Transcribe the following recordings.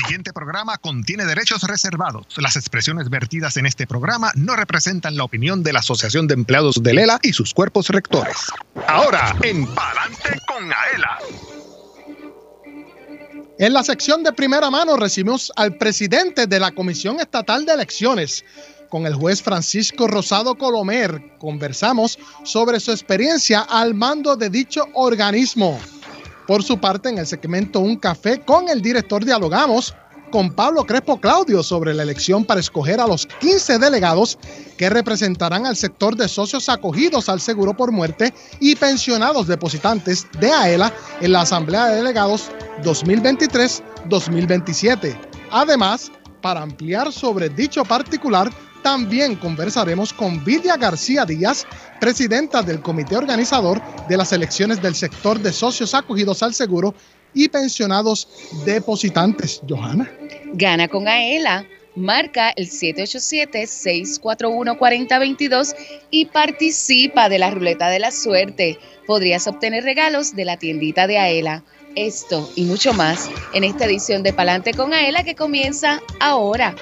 siguiente programa contiene derechos reservados. Las expresiones vertidas en este programa no representan la opinión de la Asociación de Empleados de Lela y sus cuerpos rectores. Ahora, en Palante con Aela. En la sección de primera mano recibimos al presidente de la Comisión Estatal de Elecciones, con el juez Francisco Rosado Colomer. Conversamos sobre su experiencia al mando de dicho organismo. Por su parte, en el segmento Un Café con el Director, dialogamos con Pablo Crespo Claudio sobre la elección para escoger a los 15 delegados que representarán al sector de socios acogidos al seguro por muerte y pensionados depositantes de AELA en la Asamblea de Delegados 2023-2027. Además, para ampliar sobre dicho particular, también conversaremos con Vidia García Díaz, presidenta del comité organizador de las elecciones del sector de socios acogidos al seguro y pensionados depositantes. Johanna. Gana con AELA. Marca el 787-641-4022 y participa de la ruleta de la suerte. Podrías obtener regalos de la tiendita de AELA. Esto y mucho más en esta edición de Palante con AELA que comienza ahora.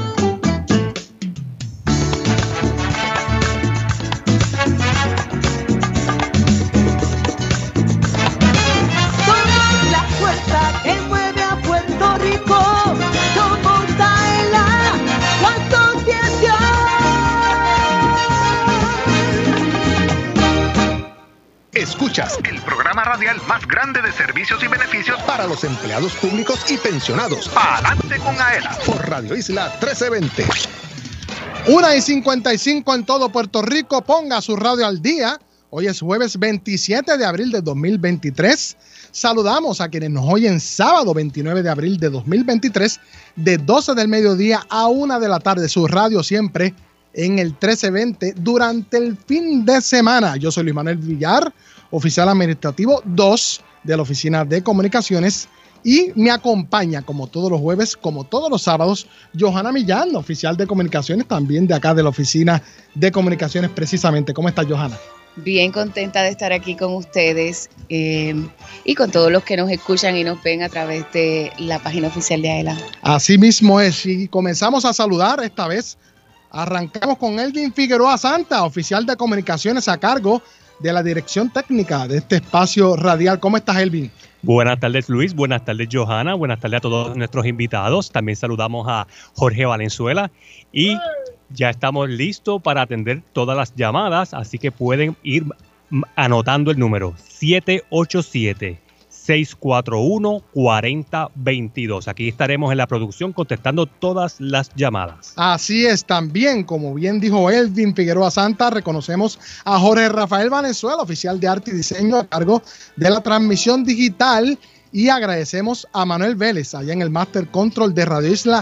Que mueve a Puerto Rico, somos AELA, tu asociación. Escuchas el programa radial más grande de servicios y beneficios para los empleados públicos y pensionados. Palante con AELA por Radio Isla 1320. 1:55 en todo Puerto Rico. Ponga su radio al día. Hoy es jueves 27 de abril de 2023. Saludamos a quienes nos oyen sábado 29 de abril de 2023 de 12 del mediodía a 1 de la tarde. Su radio siempre en el 1320 durante el fin de semana. Yo soy Luis Manuel Villar, oficial administrativo 2 de la Oficina de Comunicaciones, y me acompaña como todos los jueves, como todos los sábados, Johanna Millán, oficial de Comunicaciones también de acá de la Oficina de Comunicaciones precisamente. ¿Cómo estás, Johanna? Bien contenta de estar aquí con ustedes y con todos los que nos escuchan y nos ven a través de la página oficial de AELA. Así mismo es, y comenzamos a saludar esta vez. Arrancamos con Elvin Figueroa Santa, oficial de comunicaciones a cargo de la dirección técnica de este espacio radial. ¿Cómo estás, Elvin? Buenas tardes, Luis. Buenas tardes, Johanna. Buenas tardes a todos nuestros invitados. También saludamos a Jorge Valenzuela y ya estamos listos para atender todas las llamadas, así que pueden ir anotando el número 787-641-4022. Aquí estaremos en la producción contestando todas las llamadas. Así es, también, como bien dijo Elvin Figueroa Santa, reconocemos a Jorge Rafael Valenzuela, oficial de arte y diseño a cargo de la transmisión digital, y agradecemos a Manuel Vélez, allá en el Master Control de Radio Isla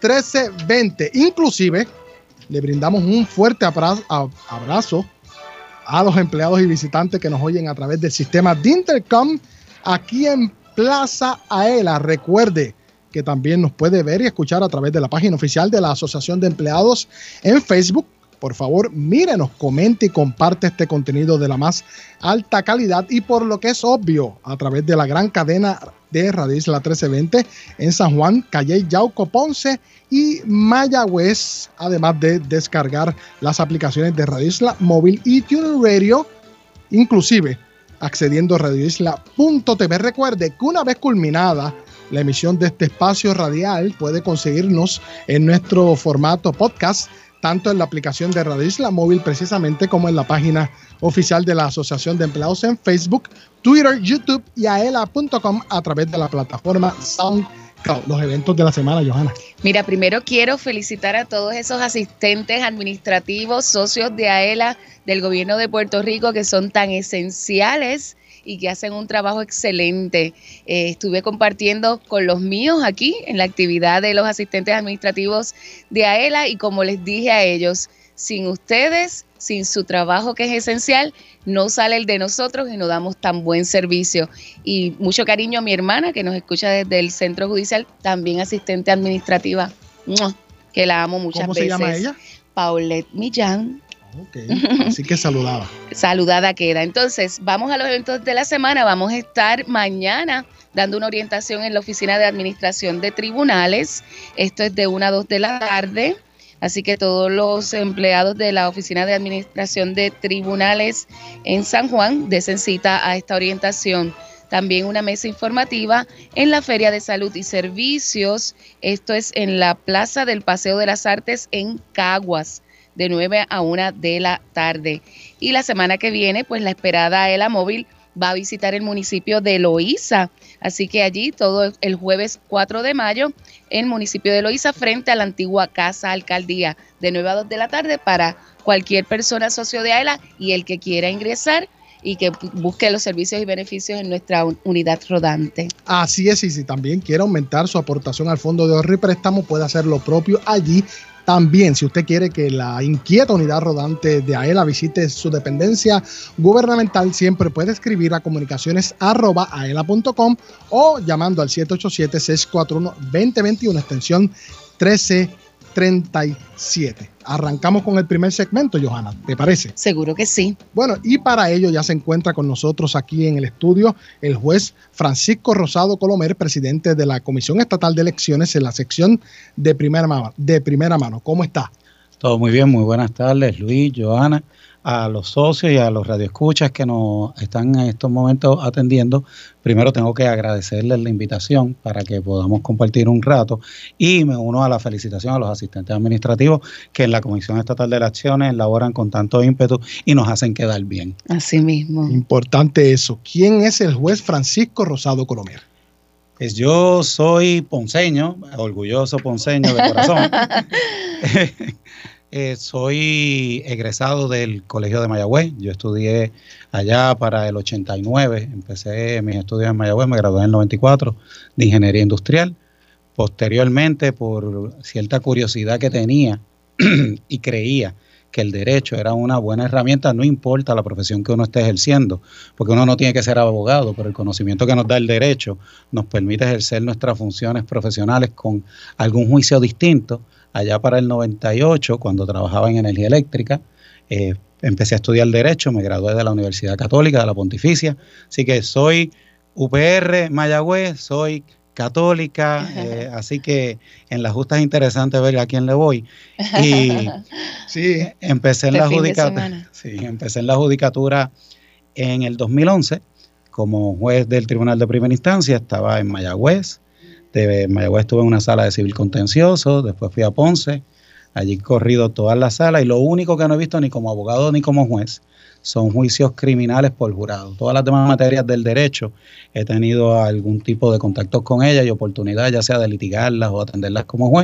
1320. Inclusive, le brindamos un fuerte abrazo a los empleados y visitantes que nos oyen a través del sistema de Intercom aquí en Plaza AELA. Recuerde que también nos puede ver y escuchar a través de la página oficial de la Asociación de Empleados en Facebook. Por favor, mírenos, comente y comparte este contenido de la más alta calidad, y por lo que es obvio, a través de la gran cadena de Radio Isla 1320 en San Juan, Calley, Yauco, Ponce y Mayagüez, además de descargar las aplicaciones de Radio Isla Móvil y TuneIn Radio, inclusive accediendo a radioisla.tv. Recuerde que una vez culminada la emisión de este espacio radial, puede conseguirnos en nuestro formato podcast, tanto en la aplicación de Radio Isla Móvil precisamente como en la página oficial de la Asociación de Empleados en Facebook, Twitter, YouTube y aela.com a través de la plataforma SoundCloud. Los eventos de la semana, Johanna. Mira, primero quiero felicitar a todos esos asistentes administrativos, socios de AELA del gobierno de Puerto Rico, que son tan esenciales y que hacen un trabajo excelente. Estuve compartiendo con los míos aquí en la actividad de los asistentes administrativos de AELA, y como les dije a ellos, sin ustedes, sin su trabajo que es esencial, no sale el de nosotros y no damos tan buen servicio. Y mucho cariño a mi hermana que nos escucha desde el centro judicial, también asistente administrativa, que la amo muchas veces. ¿Cómo se llama ella? Paulette Millán. Ok, así que saludada. Saludada queda. Entonces, vamos a los eventos de la semana. Vamos a estar mañana dando una orientación en la Oficina de Administración de Tribunales. Esto es de 1 a 2 de la tarde. Así que todos los empleados de la Oficina de Administración de Tribunales en San Juan desen cita a esta orientación. También una mesa informativa en la Feria de Salud y Servicios. Esto es en la Plaza del Paseo de las Artes en Caguas, de 9 a 1 de la tarde. Y la semana que viene, pues la esperada Aela Móvil va a visitar el municipio de Loíza. Así que allí todo el jueves 4 de mayo, en el municipio de Loíza, frente a la antigua Casa Alcaldía, de 9 a 2 de la tarde, para cualquier persona socio de AELA y el que quiera ingresar y que busque los servicios y beneficios en nuestra unidad rodante. Así es, y si también quiere aumentar su aportación al Fondo de Ahorro y Préstamo, puede hacer lo propio allí. También, si usted quiere que la inquieta unidad rodante de AELA visite su dependencia gubernamental, siempre puede escribir a comunicaciones@aela.com o llamando al 787-641-2021, extensión 1337. Arrancamos con el primer segmento, Johanna, ¿te parece? Seguro que sí. Bueno, y para ello ya se encuentra con nosotros aquí en el estudio el juez Francisco Rosado Colomer, presidente de la Comisión Estatal de Elecciones en la sección de primera mano. ¿Cómo está? Todo muy bien, muy buenas tardes, Luis, Johanna, a los socios y a los radioescuchas que nos están en estos momentos atendiendo. Primero tengo que agradecerles la invitación para que podamos compartir un rato y me uno a la felicitación a los asistentes administrativos que en la Comisión Estatal de Elecciones laboran con tanto ímpetu y nos hacen quedar bien. Así mismo. Importante eso. ¿Quién es el juez Francisco Rosado Colomer? Pues yo soy ponceño, orgulloso ponceño de corazón. Soy egresado del Colegio de Mayagüez. Yo estudié allá para el 89. Empecé mis estudios en Mayagüez, me gradué en el 94 de Ingeniería Industrial. Posteriormente, por cierta curiosidad que tenía y creía que el derecho era una buena herramienta, no importa la profesión que uno esté ejerciendo, porque uno no tiene que ser abogado, pero el conocimiento que nos da el derecho nos permite ejercer nuestras funciones profesionales con algún juicio distinto. Allá para el 98, cuando trabajaba en energía eléctrica, empecé a estudiar Derecho, me gradué de la Universidad Católica, de la Pontificia, así que soy UPR Mayagüez, soy católica, así que en la justa es interesante ver a quién le voy. Y sí, empecé en la judicatura. Sí, empecé en la judicatura en el 2011 como juez del Tribunal de Primera Instancia, estaba en Mayagüez. De Mayagüez estuve en una sala de civil contencioso, después fui a Ponce, allí he corrido todas las salas y lo único que no he visto ni como abogado ni como juez son juicios criminales por jurado. Todas las demás materias del derecho he tenido algún tipo de contacto con ellas y oportunidad ya sea de litigarlas o atenderlas como juez.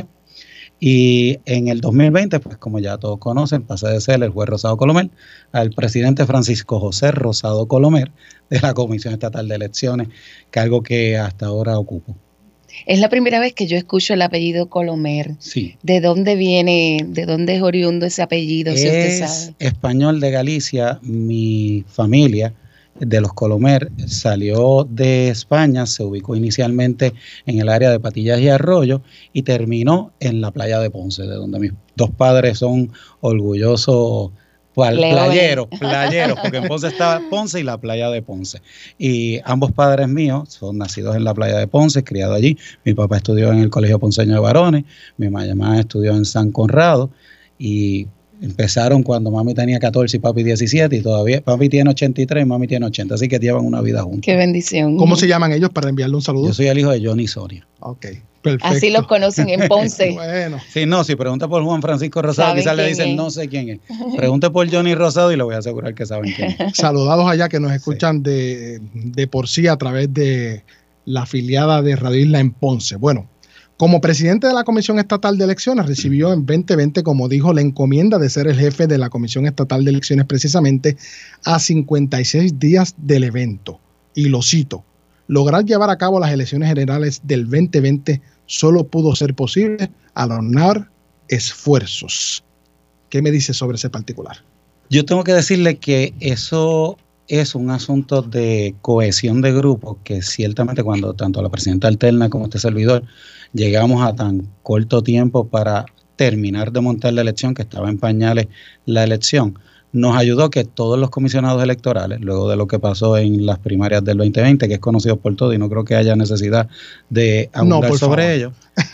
Y en el 2020, pues como ya todos conocen, pasé de ser el juez Rosado Colomer al presidente Francisco José Rosado Colomer de la Comisión Estatal de Elecciones, cargo que hasta ahora ocupo. Es la primera vez que yo escucho el apellido Colomer. Sí. ¿De dónde viene, de dónde es oriundo ese apellido, si usted sabe? Es español de Galicia. Mi familia de los Colomer salió de España, se ubicó inicialmente en el área de Patillas y Arroyo y terminó en la playa de Ponce, de donde mis dos padres son orgullosos playeros, porque en Ponce está Ponce y la playa de Ponce. Y ambos padres míos son nacidos en la playa de Ponce, criados allí. Mi papá estudió en el Colegio Ponceño de Varones, mi mamá estudió en San Conrado y empezaron cuando mami tenía 14 y papi 17 y todavía papi tiene 83 y mami tiene 80, así que llevan una vida juntos. Qué bendición. ¿Cómo se llaman ellos para enviarle un saludo? Yo soy el hijo de Johnny Soria. Ok, perfecto. Así los conocen en Ponce. Bueno. Sí, no, si pregunta por Juan Francisco Rosado, quizás le dicen no sé quién es. Pregunte por Johnny Rosado y le voy a asegurar que saben quién es. Saludados allá que nos escuchan de por sí a través de la afiliada de Radio Isla en Ponce. Bueno, como presidente de la Comisión Estatal de Elecciones, recibió en 2020, como dijo, la encomienda de ser el jefe de la Comisión Estatal de Elecciones precisamente a 56 días del evento. Y lo cito, lograr llevar a cabo las elecciones generales del 2020 solo pudo ser posible al aunar esfuerzos. ¿Qué me dice sobre ese particular? Yo tengo que decirle que eso es un asunto de cohesión de grupo que ciertamente cuando tanto la presidenta alterna como este servidor llegamos a tan corto tiempo para terminar de montar la elección, que estaba en pañales la elección, nos ayudó que todos los comisionados electorales, luego de lo que pasó en las primarias del 2020, que es conocido por todo y no creo que haya necesidad de abundar sobre ello,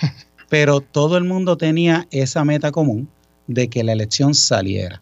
pero todo el mundo tenía esa meta común de que la elección saliera.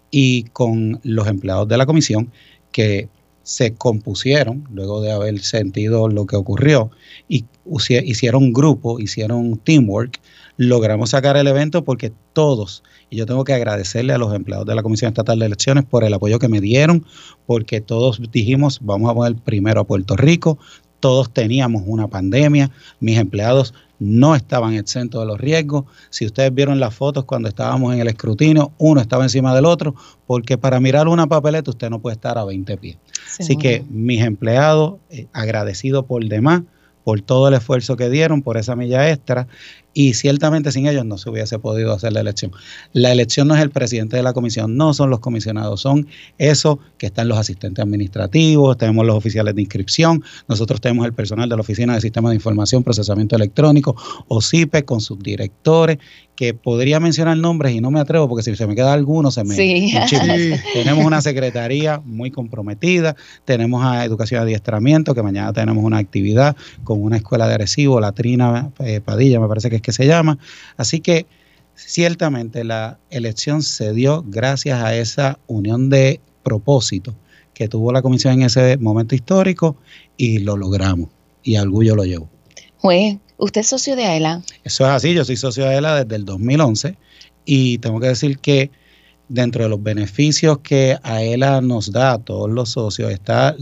Y con los empleados de la comisión que se compusieron luego de haber sentido lo que ocurrió y hicieron grupo, hicieron teamwork, logramos sacar el evento porque todos, y yo tengo que agradecerle a los empleados de la Comisión Estatal de Elecciones por el apoyo que me dieron, porque todos dijimos, vamos a poner primero a Puerto Rico, todos teníamos una pandemia, mis empleados no estaban exentos de los riesgos. Si ustedes vieron las fotos cuando estábamos en el escrutinio, uno estaba encima del otro, porque para mirar una papeleta usted no puede estar a 20 pies. Así que mis empleados, agradecidos por demás, por todo el esfuerzo que dieron, por esa milla extra, y ciertamente sin ellos no se hubiese podido hacer la elección. La elección no es el presidente de la comisión, no son los comisionados, son eso que están los asistentes administrativos, tenemos los oficiales de inscripción, nosotros tenemos el personal de la Oficina de Sistemas de Información, Procesamiento Electrónico, OSIPE, con sus directores, que podría mencionar nombres y no me atrevo porque si se me queda alguno se me... Sí. Tenemos una secretaría muy comprometida, tenemos a Educación y Adiestramiento, que mañana tenemos una actividad con una escuela de Arecibo, la Trina Padilla, me parece que es que se llama. Así que ciertamente la elección se dio gracias a esa unión de propósito que tuvo la comisión en ese momento histórico y lo logramos y a orgullo lo llevo. Juez, ¿usted es socio de AELA? Eso es así, yo soy socio de AELA desde el 2011 y tengo que decir que dentro de los beneficios que AELA nos da a todos los socios está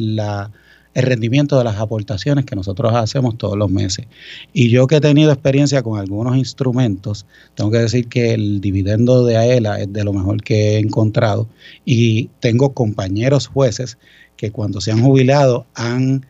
el rendimiento de las aportaciones que nosotros hacemos todos los meses. Y yo que he tenido experiencia con algunos instrumentos, tengo que decir que el dividendo de AELA es de lo mejor que he encontrado y tengo compañeros jueces que cuando se han jubilado han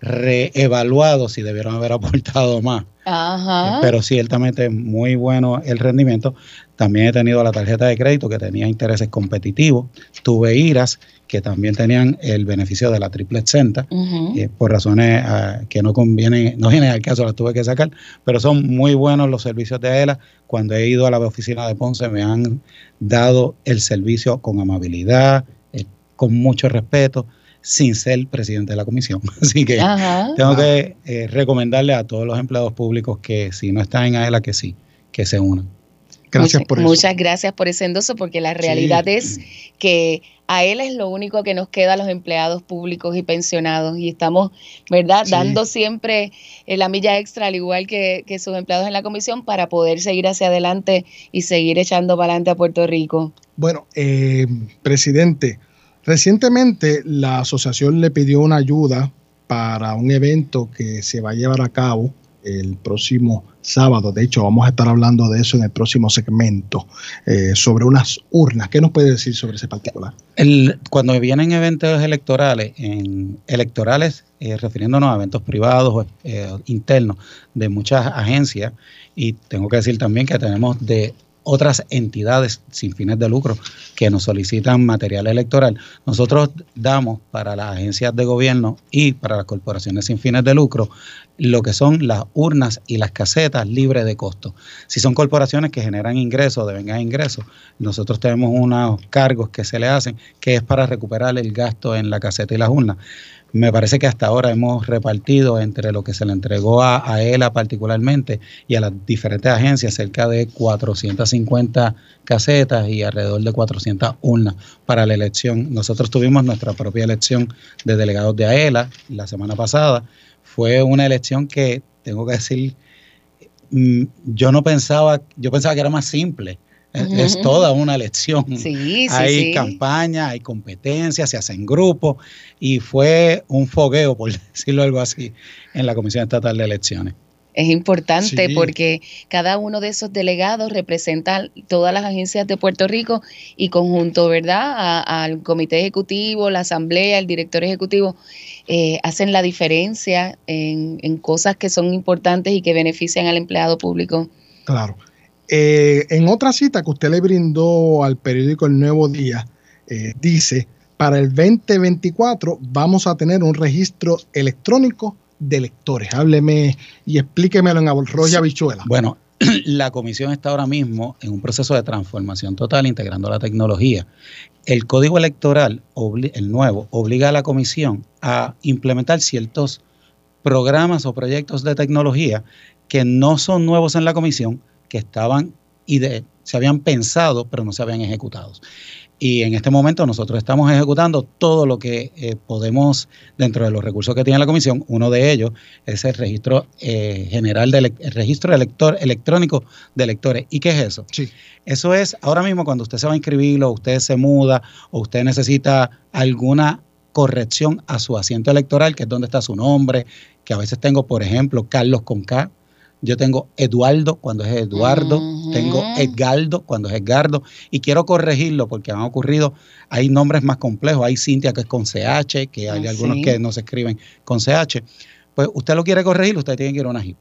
reevaluado si debieron haber aportado más. Ajá. Pero ciertamente es muy bueno el rendimiento. También he tenido la tarjeta de crédito que tenía intereses competitivos. Tuve IRAs que también tenían el beneficio de la triple exenta. Por razones que no vienen al caso, las tuve que sacar. Pero son muy buenos los servicios de AELA. Cuando he ido a la oficina de Ponce me han dado el servicio con amabilidad, con mucho respeto, sin ser presidente de la comisión. Así que tengo que recomendarle a todos los empleados públicos que si no están en AELA, que sí, que se unan. Gracias por eso. Muchas gracias por ese endoso, porque la realidad es que AELA es lo único que nos queda a los empleados públicos y pensionados y estamos, ¿verdad?, dando siempre la milla extra, al igual que sus empleados en la comisión, para poder seguir hacia adelante y seguir echando para adelante a Puerto Rico. Bueno, presidente, recientemente la asociación le pidió una ayuda para un evento que se va a llevar a cabo el próximo sábado. De hecho, vamos a estar hablando de eso en el próximo segmento, sobre unas urnas. ¿Qué nos puede decir sobre ese particular? Cuando vienen eventos electorales, refiriéndonos a eventos privados o internos de muchas agencias, y tengo que decir también que tenemos de otras entidades sin fines de lucro que nos solicitan material electoral. Nosotros damos para las agencias de gobierno y para las corporaciones sin fines de lucro lo que son las urnas y las casetas libres de costo. Si son corporaciones que generan ingresos, devengan ingresos, nosotros tenemos unos cargos que se le hacen que es para recuperar el gasto en la caseta y las urnas. Me parece que hasta ahora hemos repartido entre lo que se le entregó a AELA particularmente y a las diferentes agencias cerca de 450 casetas y alrededor de 400 urnas para la elección. Nosotros tuvimos nuestra propia elección de delegados de AELA la semana pasada. Fue una elección que, tengo que decir, yo pensaba que era más simple. Es toda una elección. Hay campaña, hay competencias, se hacen grupos y fue un fogueo, por decirlo algo así, en la Comisión Estatal de Elecciones. Es importante porque cada uno de esos delegados representa todas las agencias de Puerto Rico y conjunto, ¿verdad?, al comité ejecutivo, la asamblea, el director ejecutivo, hacen la diferencia en cosas que son importantes y que benefician al empleado público. Claro. En otra cita que usted le brindó al periódico El Nuevo Día, dice, para el 2024 vamos a tener un registro electrónico de electores. Hábleme y explíquemelo en arroz y habichuela. Bueno, La comisión está ahora mismo en un proceso de transformación total, integrando la tecnología. El código electoral, el nuevo, obliga a la comisión a implementar ciertos programas o proyectos de tecnología que no son nuevos en la comisión, que estaban se habían pensado, pero no se habían ejecutado. Y en este momento nosotros estamos ejecutando todo lo que podemos dentro de los recursos que tiene la comisión. Uno de ellos es el registro general el registro electrónico de electores. ¿Y qué es eso? Sí. Eso es ahora mismo cuando usted se va a inscribir o usted se muda o usted necesita alguna corrección a su asiento electoral, que es donde está su nombre, que a veces tengo, por ejemplo, Carlos con K. Yo tengo Eduardo cuando es Eduardo, tengo Edgardo cuando es Edgardo, y quiero corregirlo porque han ocurrido, hay nombres más complejos, hay Cintia que es con CH, que hay algunos que no se escriben con CH. Pues usted lo quiere corregir, usted tiene que ir a una JIP.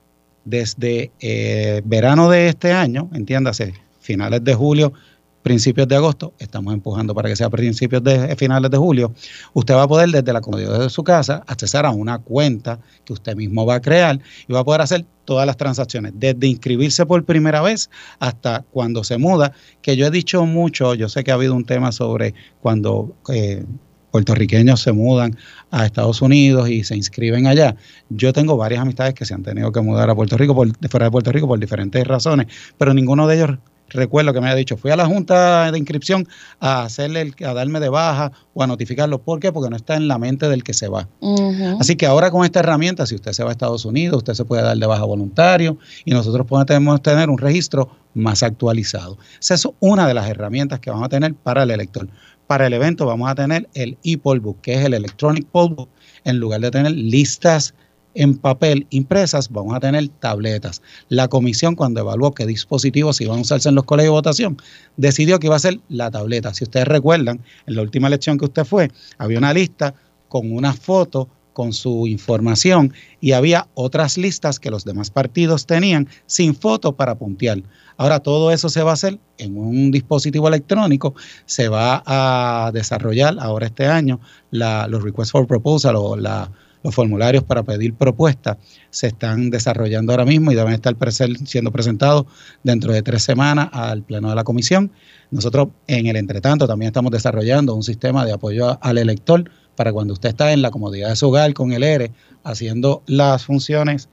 Desde verano de este año, entiéndase, finales de julio, principios de agosto, estamos empujando para que sea finales de julio, usted va a poder desde la comodidad de su casa accesar a una cuenta que usted mismo va a crear y va a poder hacer todas las transacciones, desde inscribirse por primera vez hasta cuando se muda, que yo he dicho mucho, yo sé que ha habido un tema sobre cuando puertorriqueños se mudan a Estados Unidos y se inscriben allá. Yo tengo varias amistades que se han tenido que mudar a Puerto Rico, fuera de Puerto Rico por diferentes razones, pero ninguno de ellos recuerdo que me haya dicho, fui a la junta de inscripción a darme de baja o a notificarlo. ¿Por qué? Porque no está en la mente del que se va. Así que ahora con esta herramienta, si usted se va a Estados Unidos, usted se puede dar de baja voluntario y nosotros podemos tener un registro más actualizado. Esa es una de las herramientas que vamos a tener para el elector. Para el evento vamos a tener el e-poll book, que es el electronic poll book. En lugar de tener listas en papel impresas, vamos a tener tabletas. La comisión, cuando evaluó qué dispositivos iban a usarse en los colegios de votación, decidió que iba a ser la tableta. Si ustedes recuerdan, en la última elección que usted fue, había una lista con una foto con su información y había otras listas que los demás partidos tenían sin foto para puntear. Ahora todo eso se va a hacer en un dispositivo electrónico, se va a desarrollar ahora este año los requests for proposal o los formularios para pedir propuestas se están desarrollando ahora mismo y deben estar siendo presentados dentro de 3 semanas al pleno de la comisión. Nosotros en el entretanto también estamos desarrollando un sistema de apoyo al elector para cuando usted está en la comodidad de su hogar con el ERE haciendo las funciones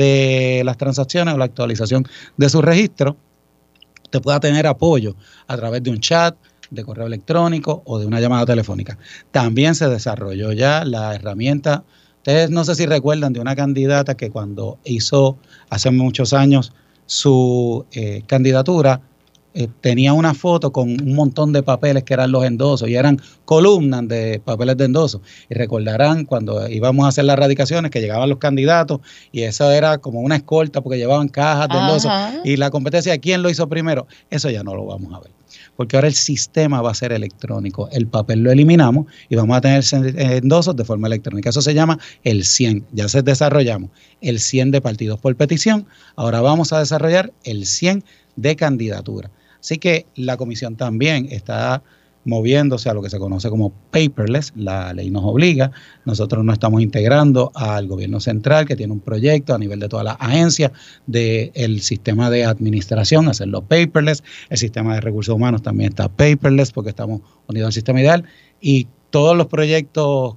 de las transacciones o la actualización de su registro, usted pueda tener apoyo a través de un chat, de correo electrónico o de una llamada telefónica. También se desarrolló ya la herramienta. Ustedes no sé si recuerdan de una candidata que cuando hizo hace muchos años su candidatura, tenía una foto con un montón de papeles que eran los endosos y eran columnas de papeles de endosos. Y recordarán cuando íbamos a hacer las radicaciones que llegaban los candidatos y eso era como una escolta porque llevaban cajas de endosos y la competencia de quién lo hizo primero, eso ya no lo vamos a ver. Porque ahora el sistema va a ser electrónico. El papel lo eliminamos y vamos a tener endosos de forma electrónica. Eso se llama el 100. Ya desarrollamos el 100 de partidos por petición. Ahora vamos a desarrollar el 100 de candidatura. Así que la comisión también está moviéndose a lo que se conoce como paperless. La ley nos obliga. Nosotros nos estamos integrando al gobierno central que tiene un proyecto a nivel de todas las agencias del sistema de administración, hacerlo paperless. El sistema de recursos humanos también está paperless porque estamos unidos al sistema ideal. Y todos los proyectos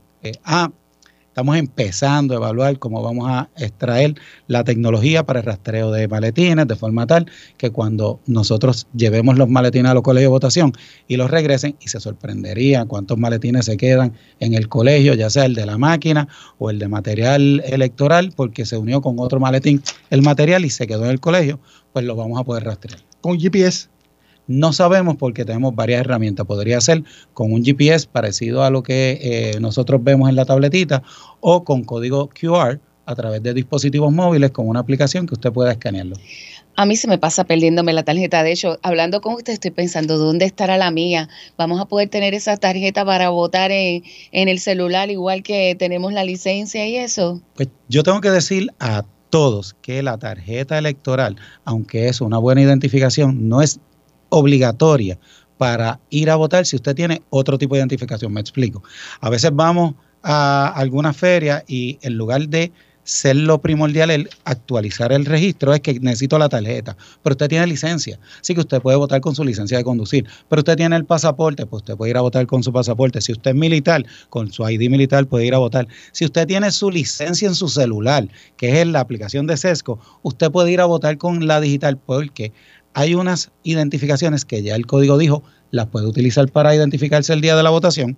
estamos empezando a evaluar cómo vamos a extraer la tecnología para el rastreo de maletines de forma tal que cuando nosotros llevemos los maletines a los colegios de votación y los regresen, y se sorprenderían cuántos maletines se quedan en el colegio, ya sea el de la máquina o el de material electoral, porque se unió con otro maletín el material y se quedó en el colegio, pues lo vamos a poder rastrear. Con GPS. No sabemos porque tenemos varias herramientas. Podría ser con un GPS parecido a lo que nosotros vemos en la tabletita o con código QR a través de dispositivos móviles con una aplicación que usted pueda escanearlo. A mí se me pasa perdiéndome la tarjeta. De hecho, hablando con usted estoy pensando, ¿dónde estará la mía? ¿Vamos a poder tener esa tarjeta para votar en el celular igual que tenemos la licencia y eso? Pues yo tengo que decir a todos que la tarjeta electoral, aunque es una buena identificación, no es obligatoria para ir a votar si usted tiene otro tipo de identificación. Me explico. A veces vamos a alguna feria y en lugar de ser lo primordial el actualizar el registro, es que necesito la tarjeta, pero usted tiene licencia, así que usted puede votar con su licencia de conducir, pero usted tiene el pasaporte, pues usted puede ir a votar con su pasaporte. Si usted es militar, con su ID militar puede ir a votar. Si usted tiene su licencia en su celular, que es en la aplicación de Sesco, usted puede ir a votar con la digital, porque hay unas identificaciones que ya el código dijo, las puede utilizar para identificarse el día de la votación,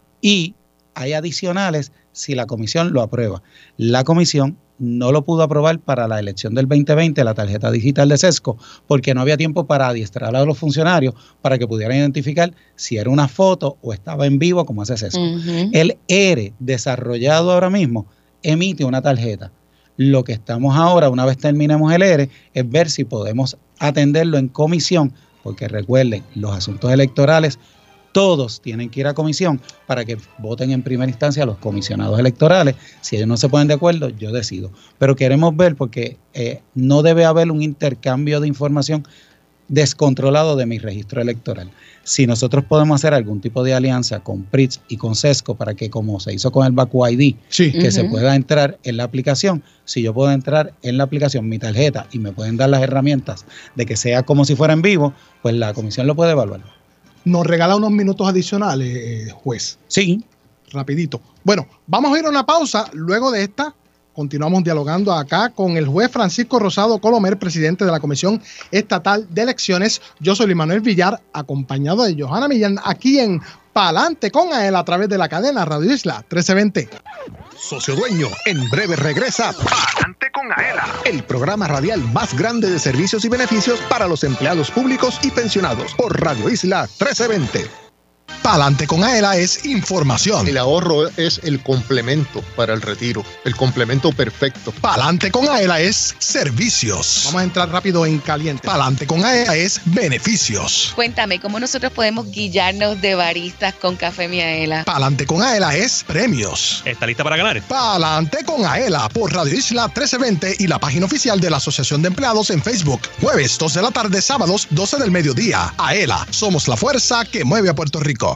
y hay adicionales si la comisión lo aprueba. La comisión no lo pudo aprobar para la elección del 2020, la tarjeta digital de Sesco, porque no había tiempo para adiestrar a los funcionarios para que pudieran identificar si era una foto o estaba en vivo, como hace Sesco. El ERE desarrollado ahora mismo emite una tarjeta. Lo que estamos ahora, una vez terminemos el ERE, es ver si podemos atenderlo en comisión, porque recuerden, los asuntos electorales todos tienen que ir a comisión para que voten en primera instancia los comisionados electorales. Si ellos no se ponen de acuerdo, yo decido. Pero queremos ver, porque no debe haber un intercambio de información descontrolado de mi registro electoral. Si nosotros podemos hacer algún tipo de alianza con PRITS y con Sesco para que, como se hizo con el Baku ID, que se pueda entrar en la aplicación, si yo puedo entrar en la aplicación mi tarjeta y me pueden dar las herramientas de que sea como si fuera en vivo, pues la comisión lo puede evaluar. Nos regala unos minutos adicionales, juez. Sí. Rapidito. Bueno, vamos a ir a una pausa. Luego de esta, continuamos dialogando acá con el juez Francisco Rosado Colomer, presidente de la Comisión Estatal de Elecciones. Yo soy Luis Manuel Villar, acompañado de Johanna Millán, aquí en Pa'lante con Aela, a través de la cadena Radio Isla 1320. Socio Dueño, en breve regresa Pa'lante con Aela, el programa radial más grande de servicios y beneficios para los empleados públicos y pensionados por Radio Isla 1320. Pa'lante con Aela es información. El ahorro es el complemento para el retiro, el complemento perfecto. Pa'lante con Aela es servicios. Vamos a entrar rápido en caliente. Pa'lante con Aela es beneficios. Cuéntame, ¿cómo nosotros podemos guillarnos de baristas con Café Miaela? Pa'lante con Aela es premios. ¿Está lista para ganar? Pa'lante con Aela por Radio Isla 1320 y la página oficial de la Asociación de Empleados en Facebook. Jueves 2 de la tarde, sábados 12 del mediodía. Aela, somos la fuerza que mueve a Puerto Rico.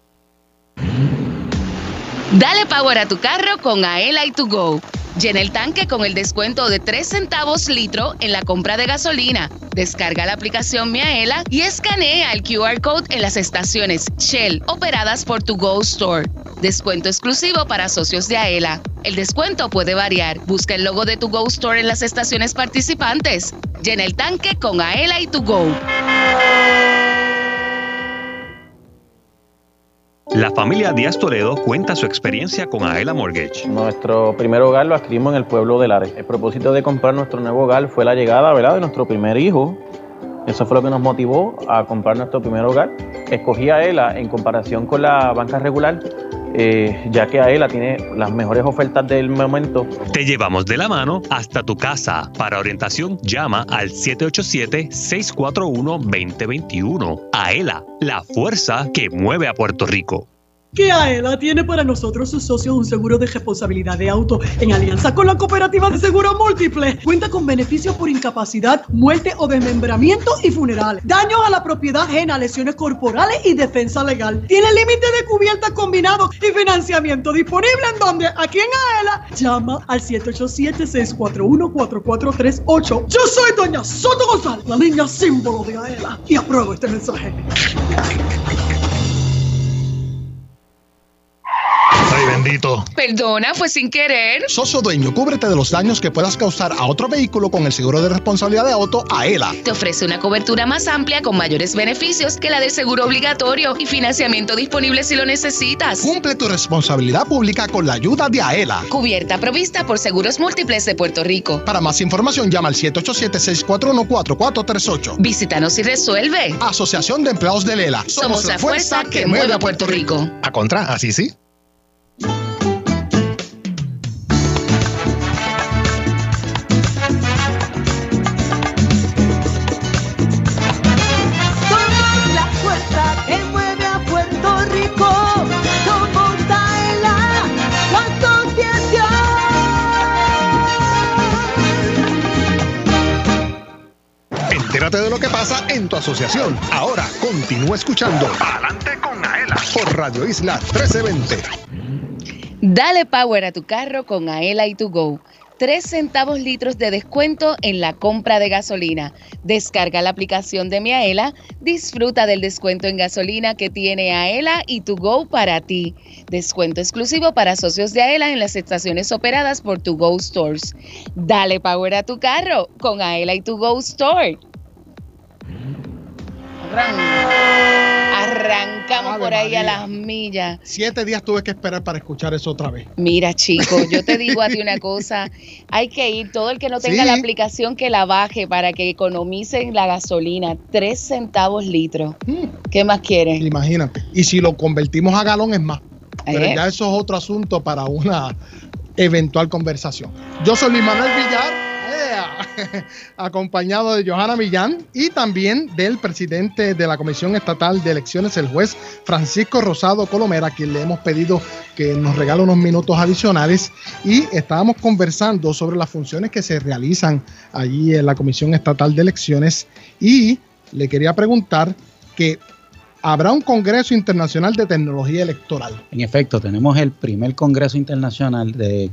Dale power a tu carro con Aela y To Go. Llena el tanque con el descuento de 3 centavos litro en la compra de gasolina. Descarga la aplicación Miaela y escanea el QR Code en las estaciones Shell operadas por To Go Store. Descuento exclusivo para socios de Aela. El descuento puede variar. Busca el logo de To Go Store en las estaciones participantes. Llena el tanque con Aela y To Go. La familia Díaz Toledo cuenta su experiencia con Aela Mortgage. Nuestro primer hogar lo adquirimos en el pueblo de Lares. El propósito de comprar nuestro nuevo hogar fue la llegada, ¿verdad?, de nuestro primer hijo. Eso fue lo que nos motivó a comprar nuestro primer hogar. Escogí a Aela en comparación con la banca regular, ya que Aela tiene las mejores ofertas del momento. Te llevamos de la mano hasta tu casa. Para orientación, llama al 787-641-2021. Aela, la fuerza que mueve a Puerto Rico. Que Aela tiene para nosotros sus socios un seguro de responsabilidad de auto en alianza con la Cooperativa de Seguro Múltiple. Cuenta con beneficios por incapacidad, muerte o desmembramiento y funerales, daños a la propiedad ajena, lesiones corporales y defensa legal. Tiene límite de cubierta combinado y financiamiento disponible en donde, aquí en Aela. Llama al 787-641-4438. Yo soy doña Soto González, la niña símbolo de Aela, y apruebo este mensaje. Ay, bendito. Perdona, fue sin querer. Socio Dueño, cúbrete de los daños que puedas causar a otro vehículo con el seguro de responsabilidad de auto Aela. Te ofrece una cobertura más amplia con mayores beneficios que la del seguro obligatorio y financiamiento disponible si lo necesitas. Cumple tu responsabilidad pública con la ayuda de Aela. Cubierta provista por Seguros Múltiples de Puerto Rico. Para más información, llama al 787-641-4438. Visítanos y resuelve. Asociación de Empleados de Lela. Somos la fuerza que mueve a Puerto Rico. A contra, así sí. Entérate de lo que pasa en tu asociación. Ahora continúa escuchando Pa'lante con Aela por Radio Isla 1320. Dale power a tu carro con Aela y To Go. 3 centavos litros de descuento en la compra de gasolina. Descarga la aplicación de Mi Aela, disfruta del descuento en gasolina que tiene Aela y To Go para ti. Descuento exclusivo para socios de Aela en las estaciones operadas por To Go Stores. Dale power a tu carro con Aela y To Go Store. Arrancamos por ahí a las millas. 7 días tuve que esperar para escuchar eso otra vez. Mira, chico, yo te digo a ti una cosa, hay que ir, todo el que no tenga la aplicación que la baje para que economicen la gasolina, 3 centavos litro. ¿Qué más quieres? Imagínate. Y si lo convertimos a galón es más. Pero ya eso es otro asunto para una eventual conversación. Yo soy Luis Manuel Villar, acompañado de Johanna Millán y también del presidente de la Comisión Estatal de Elecciones, el juez Francisco Rosado Colomera, a quien le hemos pedido que nos regale unos minutos adicionales, y estábamos conversando sobre las funciones que se realizan allí en la Comisión Estatal de Elecciones, y le quería preguntar que ¿habrá un Congreso Internacional de Tecnología Electoral? En efecto, tenemos el primer Congreso Internacional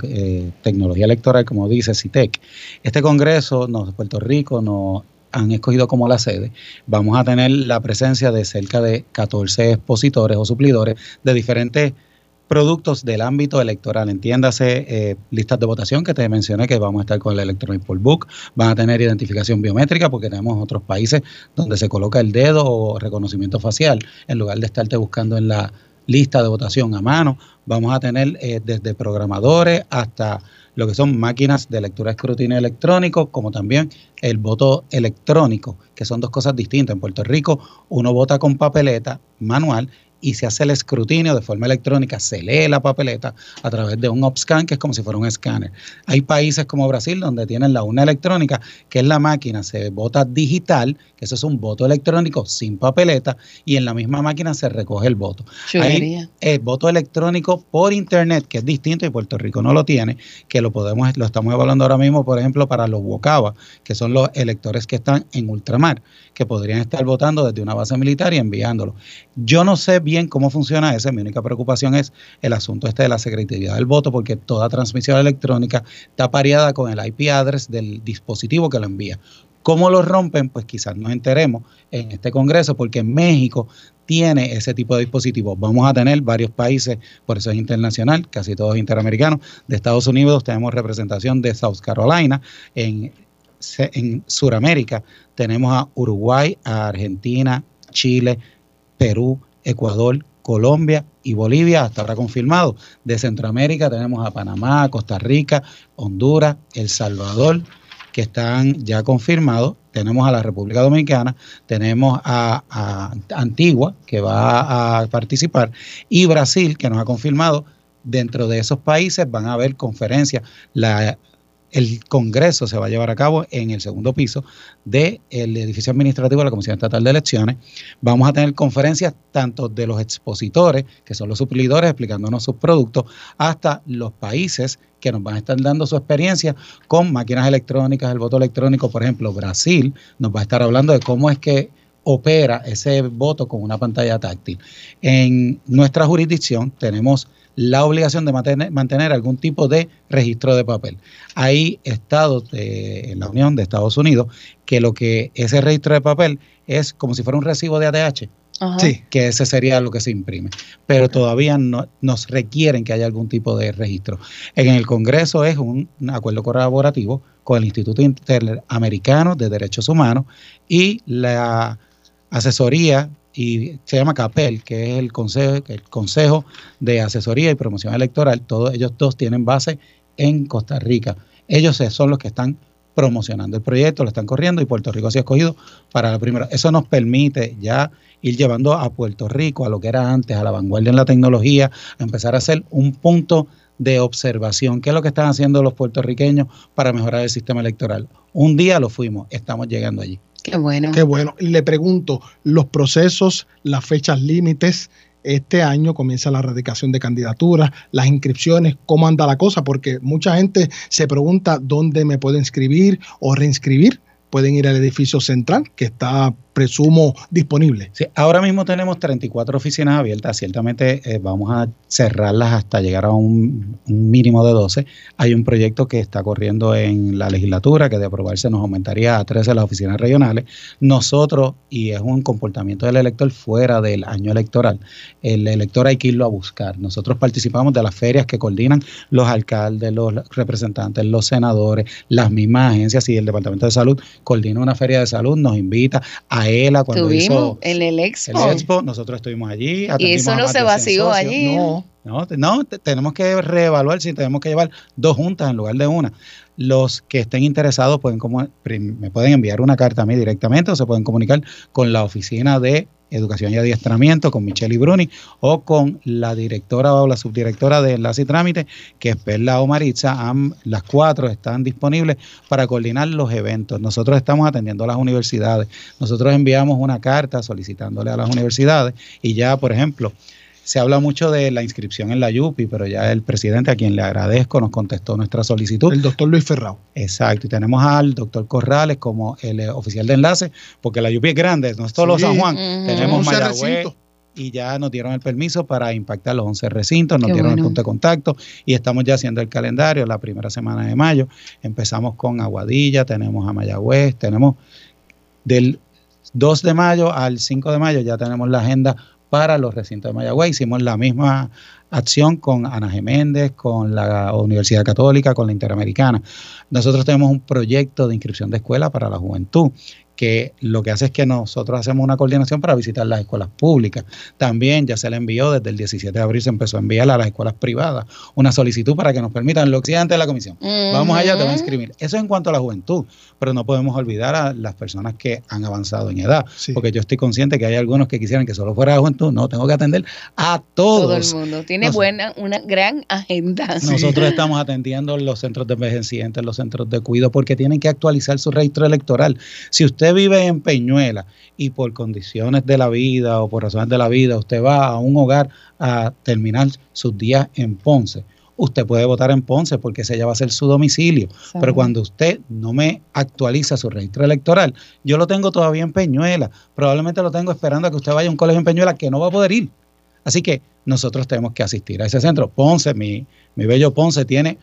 de Tecnología Electoral, como dice CITEC. Este Congreso, Puerto Rico nos han escogido como la sede. Vamos a tener la presencia de cerca de 14 expositores o suplidores de diferentes productos del ámbito electoral, entiéndase listas de votación que te mencioné que vamos a estar con el Electronic Poll Book, van a tener identificación biométrica porque tenemos otros países donde se coloca el dedo o reconocimiento facial en lugar de estarte buscando en la lista de votación a mano. Vamos a tener desde programadores hasta lo que son máquinas de lectura de escrutinio electrónico, como también el voto electrónico, que son dos cosas distintas. En Puerto Rico uno vota con papeleta manual y se hace el escrutinio de forma electrónica, se lee la papeleta a través de un OpScan, que es como si fuera un escáner. Hay países como Brasil donde tienen la urna electrónica, que es la máquina, se vota digital, que eso es un voto electrónico sin papeleta, y en la misma máquina se recoge el voto. Hay el voto electrónico por internet, que es distinto y Puerto Rico no lo tiene, que lo estamos evaluando ahora mismo, por ejemplo, para los WOCAVA, que son los electores que están en ultramar, que podrían estar votando desde una base militar y enviándolo. Yo no sé bien cómo funciona ese, mi única preocupación es el asunto de la secretividad del voto, porque toda transmisión electrónica está pareada con el IP address del dispositivo que lo envía. ¿Cómo lo rompen? Pues quizás nos enteremos en este Congreso, porque México tiene ese tipo de dispositivos. Vamos a tener varios países, por eso es internacional, casi todos interamericanos. De Estados Unidos tenemos representación de South Carolina. En Sudamérica tenemos a Uruguay, a Argentina, Chile, Perú, Ecuador, Colombia y Bolivia, hasta ahora confirmado. De Centroamérica tenemos a Panamá, Costa Rica, Honduras, El Salvador, que están ya confirmados. Tenemos a la República Dominicana, tenemos a Antigua, que va a participar, y Brasil, que nos ha confirmado. Dentro de esos países van a haber conferencias. El Congreso se va a llevar a cabo en el segundo piso del edificio administrativo de la Comisión Estatal de Elecciones. Vamos a tener conferencias tanto de los expositores, que son los suplidores, explicándonos sus productos, hasta los países que nos van a estar dando su experiencia con máquinas electrónicas, el voto electrónico. Por ejemplo, Brasil nos va a estar hablando de cómo es que opera ese voto con una pantalla táctil. En nuestra jurisdicción tenemos la obligación de mantener algún tipo de registro de papel. Hay estados en la Unión de Estados Unidos que lo que ese registro de papel es como si fuera un recibo de ATH. Sí, que ese sería lo que se imprime. Pero todavía no nos requieren que haya algún tipo de registro. En el Congreso es un acuerdo colaborativo con el Instituto Interamericano de Derechos Humanos y la asesoría, y se llama CAPEL, que es el Consejo de Asesoría y Promoción Electoral. Todos ellos dos tienen base en Costa Rica. Ellos son los que están promocionando el proyecto, lo están corriendo, y Puerto Rico se ha escogido para la primera. Eso nos permite ya ir llevando a Puerto Rico a lo que era antes, a la vanguardia en la tecnología, a empezar a hacer un punto de observación. ¿Qué es lo que están haciendo los puertorriqueños para mejorar el sistema electoral? Un día lo fuimos, estamos llegando allí. Qué bueno. Qué bueno. Le pregunto, los procesos, las fechas límites, este año comienza la erradicación de candidaturas, las inscripciones, ¿cómo anda la cosa? Porque mucha gente se pregunta dónde me puedo inscribir o reinscribir. Pueden ir al edificio central, que está presumo disponible. Sí, ahora mismo tenemos 34 oficinas abiertas, ciertamente vamos a cerrarlas hasta llegar a un mínimo de 12. Hay un proyecto que está corriendo en la legislatura que de aprobarse nos aumentaría a 13 las oficinas regionales. Nosotros, y es un comportamiento del elector fuera del año electoral, el elector hay que irlo a buscar. Nosotros participamos de las ferias que coordinan los alcaldes, los representantes, los senadores, las mismas agencias, y el Departamento de Salud coordina una feria de salud, nos invita a ELA cuando Tuvimos hizo en el Expo. nosotros estuvimos allí. Y eso no se vació allí. No, tenemos que reevaluar si tenemos que llevar 2 juntas en lugar de una. Los que estén interesados me pueden enviar una carta a mí directamente o se pueden comunicar con la oficina de Educación y Adiestramiento, con Michelle Bruni, o con la directora o la subdirectora de Enlace y Trámite, que es Perla o Maritza. Las 4 están disponibles para coordinar los eventos. Nosotros estamos atendiendo a las universidades. Nosotros enviamos una carta solicitándole a las universidades y ya, por ejemplo, se habla mucho de la inscripción en la YUPI, pero ya el presidente, a quien le agradezco, nos contestó nuestra solicitud. El doctor Luis Ferrao. Exacto, y tenemos al doctor Corrales como el oficial de enlace, porque la YUPI es grande, no es solo San Juan, tenemos Mayagüez, y ya nos dieron el permiso para impactar los 11 recintos, nos dieron el punto de contacto y estamos ya haciendo el calendario. La primera semana de mayo empezamos con Aguadilla, tenemos a Mayagüez, tenemos del 2 de mayo al 5 de mayo ya tenemos la agenda para los recintos de Mayagüez. Hicimos la misma acción con Ana Geméndez, con la Universidad Católica, con la Interamericana. Nosotros tenemos un proyecto de inscripción de escuela para la juventud, que lo que hace es que nosotros hacemos una coordinación para visitar las escuelas públicas. También ya se le envió, desde el 17 de abril se empezó a enviar a las escuelas privadas una solicitud para que nos permitan, lo que sea antes de la comisión. Vamos allá, te voy a inscribir. Eso en cuanto a la juventud, pero no podemos olvidar a las personas que han avanzado en edad, porque yo estoy consciente que hay algunos que quisieran que solo fuera la juventud. No, tengo que atender a todos. Todo el mundo. Tiene una gran agenda. Nosotros estamos atendiendo los centros de envejecientes, los centros de cuidado, porque tienen que actualizar su registro electoral. Si usted vive en Peñuela y por condiciones de la vida o por razones de la vida usted va a un hogar a terminar sus días en Ponce, usted puede votar en Ponce porque ese ya va a ser su domicilio. Sí. Pero cuando usted no me actualiza su registro electoral, yo lo tengo todavía en Peñuela, probablemente lo tengo esperando a que usted vaya a un colegio en Peñuela que no va a poder ir. Así que nosotros tenemos que asistir a ese centro. Ponce, mi bello Ponce, tiene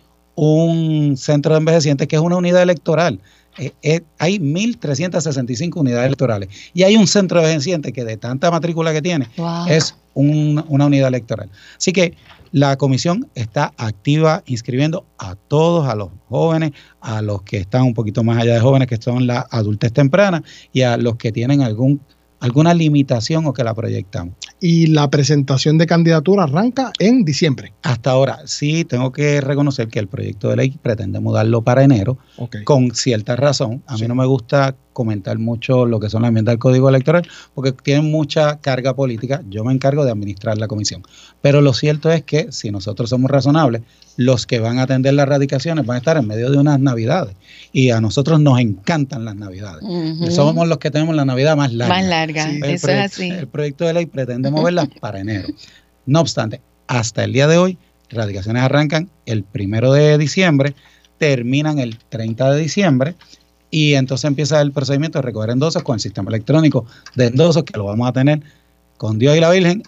un centro de envejecientes que es una unidad electoral. Hay 1.365 unidades electorales y hay un centro de envejecientes que de tanta matrícula que tiene es una unidad electoral. Así que la comisión está activa inscribiendo a todos, a los jóvenes, a los que están un poquito más allá de jóvenes, que son la adultez temprana, y a los que tienen alguna limitación o que la proyectamos. Y la presentación de candidatura arranca en diciembre. Hasta ahora, sí, tengo que reconocer que el proyecto de ley pretende mudarlo para enero, con cierta razón. A mí no me gusta comentar mucho lo que son las enmiendas del Código Electoral, porque tienen mucha carga política. Yo me encargo de administrar la comisión. Pero lo cierto es que, si nosotros somos razonables, los que van a atender las radicaciones van a estar en medio de unas navidades. Y a nosotros nos encantan las navidades. Somos los que tenemos la Navidad más larga. Más larga, sí, eso es así. El proyecto de ley pretende moverla para enero. No obstante, hasta el día de hoy, radicaciones arrancan el 1 de diciembre, terminan el 30 de diciembre, y entonces empieza el procedimiento de recoger endosos con el sistema electrónico de endosos, que lo vamos a tener con Dios y la Virgen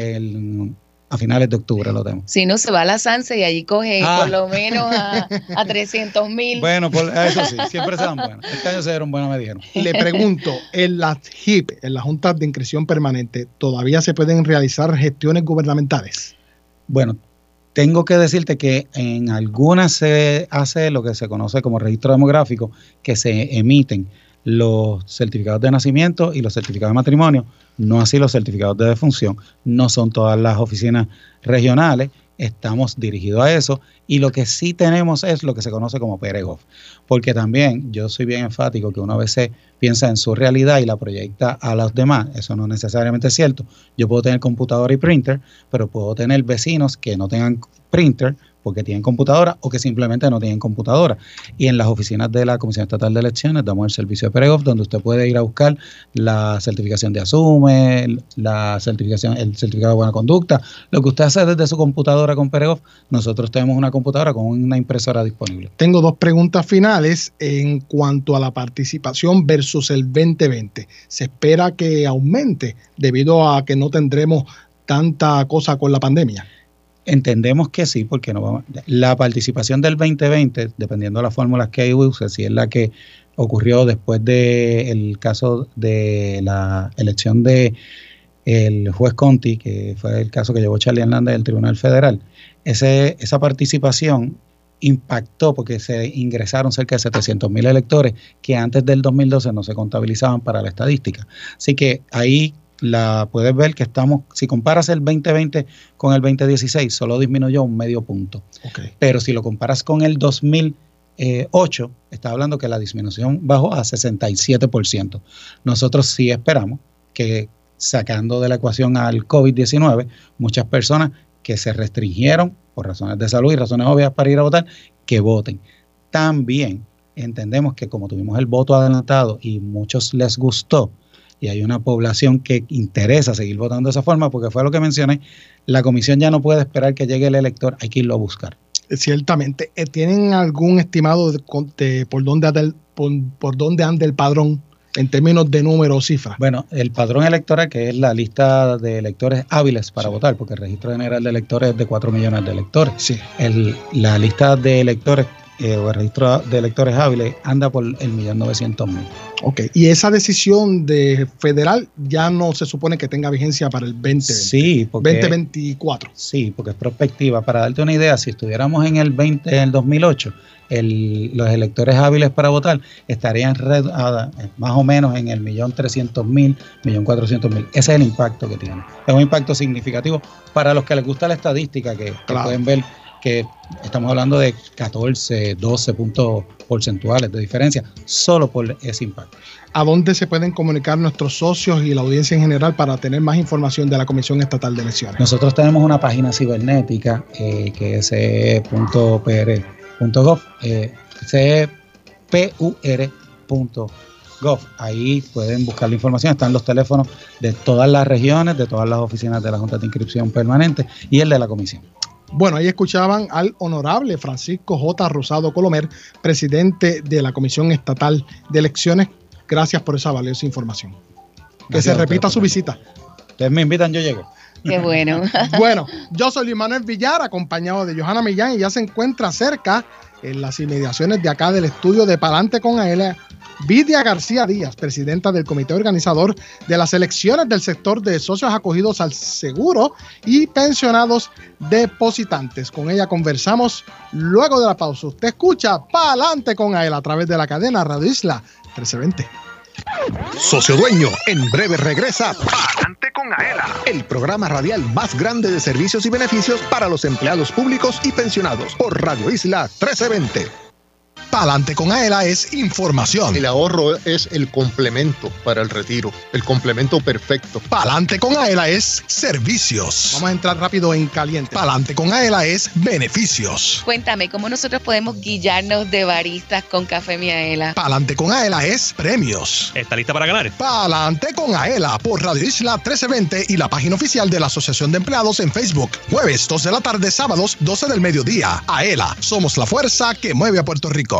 a finales de octubre. Lo tenemos. Si no, se va a la Sanse y allí coge por lo menos a 300,000. Bueno, eso sí, siempre se dan buenas. Este año se dieron buenas, me dijeron. Le pregunto, en las HIP, en las Juntas de Inscripción Permanente, ¿todavía se pueden realizar gestiones gubernamentales? Bueno, tengo que decirte que en algunas se hace lo que se conoce como registro demográfico, que se emiten los certificados de nacimiento y los certificados de matrimonio, no así los certificados de defunción. No son todas las oficinas regionales, estamos dirigidos a eso, y lo que sí tenemos es lo que se conoce como PRGOV, porque también yo soy bien enfático que uno a veces piensa en su realidad y la proyecta a los demás. Eso no necesariamente es cierto. Yo puedo tener computadora y printer, pero puedo tener vecinos que no tengan printer, porque tienen computadora o que simplemente no tienen computadora. Y en las oficinas de la Comisión Estatal de Elecciones damos el servicio de PEREGOV, donde usted puede ir a buscar la certificación de ASUME, el certificado de buena conducta, lo que usted hace desde su computadora con PEREGOV. Nosotros tenemos una computadora con una impresora disponible. Tengo dos preguntas finales en cuanto a la participación versus el 2020. ¿Se espera que aumente debido a que no tendremos tanta cosa con la pandemia? Entendemos que sí, porque la participación del 2020, dependiendo de las fórmulas que use, si es la que ocurrió después del caso de la elección de el juez Conti, que fue el caso que llevó Charlie Hernández del Tribunal Federal, esa participación impactó porque se ingresaron cerca de 700,000 electores que antes del 2012 no se contabilizaban para la estadística. Así que ahí la puedes ver que estamos, si comparas el 2020 con el 2016, solo disminuyó 0,5 punto. Okay. Pero si lo comparas con el 2008, está hablando que la disminución bajó a 67%. Nosotros sí esperamos que, sacando de la ecuación al COVID-19, muchas personas que se restringieron por razones de salud y razones obvias para ir a votar, que voten. También entendemos que como tuvimos el voto adelantado y muchos les gustó, y hay una población que interesa seguir votando de esa forma, porque fue lo que mencioné, la comisión ya no puede esperar que llegue el elector, hay que irlo a buscar. Ciertamente. ¿Tienen algún estimado de por dónde anda el padrón en términos de número o cifra? Bueno, el padrón electoral, que es la lista de electores hábiles para votar, porque el registro general de electores es de 4 millones de electores. Sí. La lista de electores o el registro de electores hábiles anda por 1.900.000. Ok, y esa decisión de federal ya no se supone que tenga vigencia para el 2020. Sí, porque 2024. Sí, porque es prospectiva. Para darte una idea, si estuviéramos en el 2008, los electores hábiles para votar estarían más o menos en el 1.300.000, 1.400.000. Ese es el impacto que tiene. Es un impacto significativo para los que les gusta la estadística, que pueden ver que estamos hablando de 14, 12 puntos porcentuales de diferencia solo por ese impacto. ¿A dónde se pueden comunicar nuestros socios y la audiencia en general para tener más información de la Comisión Estatal de Elecciones? Nosotros tenemos una página cibernética que es ce.pur.gov, cepur.gov. Ahí pueden buscar la información. Están los teléfonos de todas las regiones, de todas las oficinas de la Junta de Inscripción Permanente y el de la Comisión. Bueno, ahí escuchaban al honorable Francisco J. Rosado Colomer, presidente de la Comisión Estatal de Elecciones. Gracias por esa valiosa información. Que se repita su visita. Ustedes me invitan, yo llego. Qué bueno. Bueno, yo soy Luis Manuel Villar, acompañado de Johanna Millán, y ya se encuentra cerca, en las inmediaciones de acá del estudio de Palante con Aela, Vidia García Díaz, presidenta del comité organizador de las elecciones del sector de socios acogidos al seguro y pensionados depositantes. Con ella conversamos luego de la pausa. Usted escucha Palante con Aela a través de la cadena Radio Isla 1320. Socio Dueño, en breve regresa Palante con Aela, el programa radial más grande de servicios y beneficios para los empleados públicos y pensionados por Radio Isla 1320. Palante con Aela es información. El ahorro es el complemento para el retiro, el complemento perfecto. Palante con Aela es servicios. Vamos a entrar rápido en caliente. Palante con Aela es beneficios. Cuéntame, ¿cómo nosotros podemos guillarnos de baristas con Café Miaela? Palante con Aela es premios. ¿Está lista para ganar? Palante con Aela por Radio Isla 1320 y la página oficial de la Asociación de Empleados en Facebook. Jueves 2 de la tarde, sábados 12 del mediodía. Aela, somos la fuerza que mueve a Puerto Rico.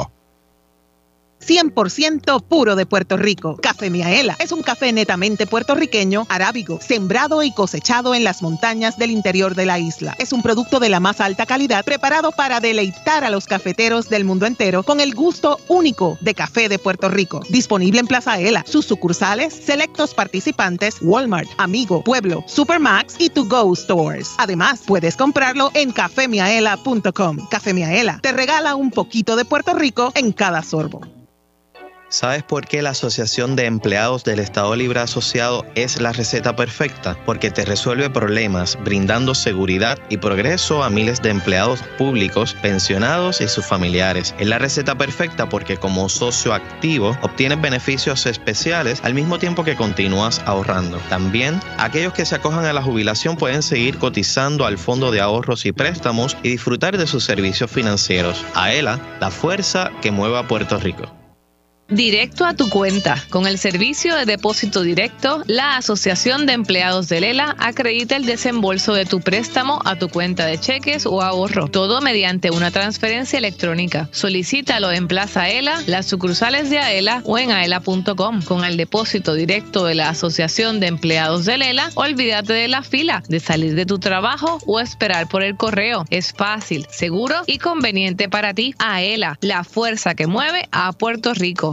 100% puro de Puerto Rico. Café Miaela es un café netamente puertorriqueño, arábigo, sembrado y cosechado en las montañas del interior de la isla. Es un producto de la más alta calidad, preparado para deleitar a los cafeteros del mundo entero con el gusto único de café de Puerto Rico. Disponible en Plaza Aela, sus sucursales, selectos participantes, Walmart, Amigo, Pueblo, Supermax y To Go Stores. Además, puedes comprarlo en cafemiaela.com. Café Miaela te regala un poquito de Puerto Rico en cada sorbo. ¿Sabes por qué la Asociación de Empleados del Estado Libre Asociado es la receta perfecta? Porque te resuelve problemas, brindando seguridad y progreso a miles de empleados públicos, pensionados y sus familiares. Es la receta perfecta porque como socio activo obtienes beneficios especiales al mismo tiempo que continúas ahorrando. También, aquellos que se acojan a la jubilación pueden seguir cotizando al Fondo de Ahorros y Préstamos y disfrutar de sus servicios financieros. AELA, la fuerza que mueve a Puerto Rico. Directo a tu cuenta. Con el servicio de depósito directo, la Asociación de Empleados de Lela acredita el desembolso de tu préstamo a tu cuenta de cheques o ahorro. Todo mediante una transferencia electrónica. Solicítalo en Plaza AELA, las sucursales de AELA o en aela.com. Con el depósito directo de la Asociación de Empleados de Lela, olvídate de la fila, de salir de tu trabajo o esperar por el correo. Es fácil, seguro y conveniente para ti. AELA, la fuerza que mueve a Puerto Rico.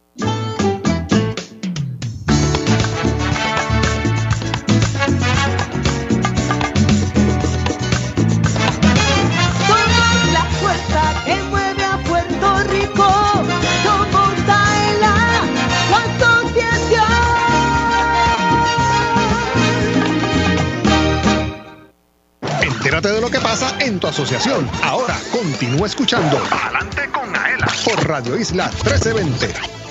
Somos la fuerza que mueve a Puerto Rico. Somos AELA, tu asociación. Entérate de lo que pasa en tu asociación. Ahora continúa escuchando Adelante con AELA por Radio Isla 1320.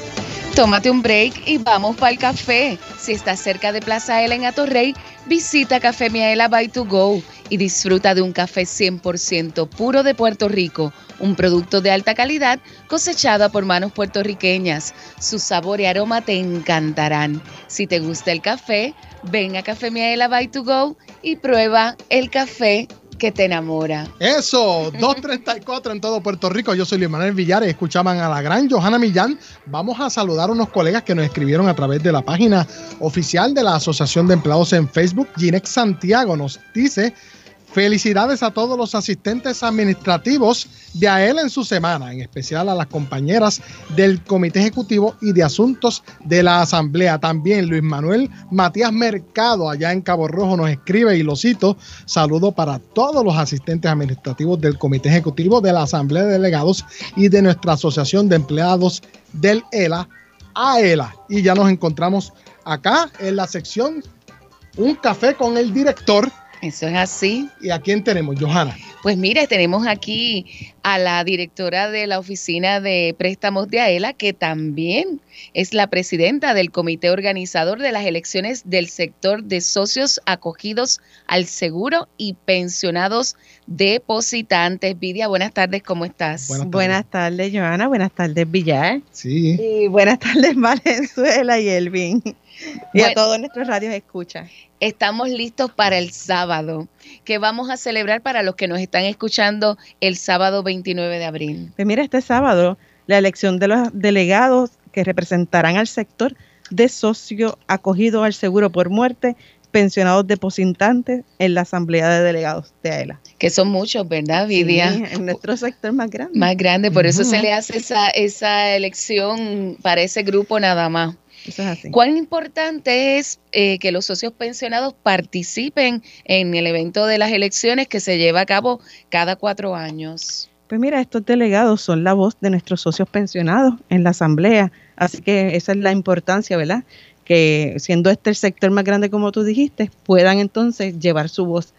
Tómate un break y vamos para el café. Si estás cerca de Plaza AELA en Atorrey, visita Café Miaela by To Go y disfruta de un café 100% puro de Puerto Rico, un producto de alta calidad cosechado por manos puertorriqueñas. Su sabor y aroma te encantarán. Si te gusta el café, ven a Café Miaela by To Go y prueba el café que te enamora. Eso, 2:34 en todo Puerto Rico. Yo soy Luis Manuel Villar y escuchaban a la gran Johanna Millán. Vamos a saludar a unos colegas que nos escribieron a través de la página oficial de la Asociación de Empleados en Facebook. Ginex Santiago nos dice: felicidades a todos los asistentes administrativos de AELA en su semana, en especial a las compañeras del Comité Ejecutivo y de Asuntos de la Asamblea. También Luis Manuel Matías Mercado, allá en Cabo Rojo, nos escribe y lo cito: saludo para todos los asistentes administrativos del Comité Ejecutivo de la Asamblea de Delegados y de nuestra Asociación de Empleados del ELA, AELA. Y ya nos encontramos acá en la sección Un Café con el Director. Eso es así. ¿Y a quién tenemos, Johanna? Pues mire, tenemos aquí a la directora de la Oficina de Préstamos de AELA, que también es la presidenta del comité organizador de las elecciones del sector de socios acogidos al seguro y pensionados depositantes. Vidia, buenas tardes, ¿cómo estás? Buenas tardes, Johanna. Buenas tardes, Villar. Sí. Y buenas tardes, Valenzuela y Elvin. Y a todos nuestros radios escucha. Estamos listos para el sábado, que vamos a celebrar para los que nos están escuchando el sábado 29 de abril. Pues mira, este sábado, la elección de los delegados que representarán al sector de socio acogido al seguro por muerte, pensionados depositantes en la Asamblea de Delegados de AELA. Que son muchos, ¿verdad, Vidia? Sí, en nuestro sector más grande. Más grande, por eso se le hace esa elección para ese grupo nada más. Eso es así. ¿Cuán importante es que los socios pensionados participen en el evento de las elecciones que se lleva a cabo cada 4 años? Pues mira, estos delegados son la voz de nuestros socios pensionados en la asamblea, así que esa es la importancia, ¿verdad? Que siendo este el sector más grande, como tú dijiste, puedan entonces llevar su voz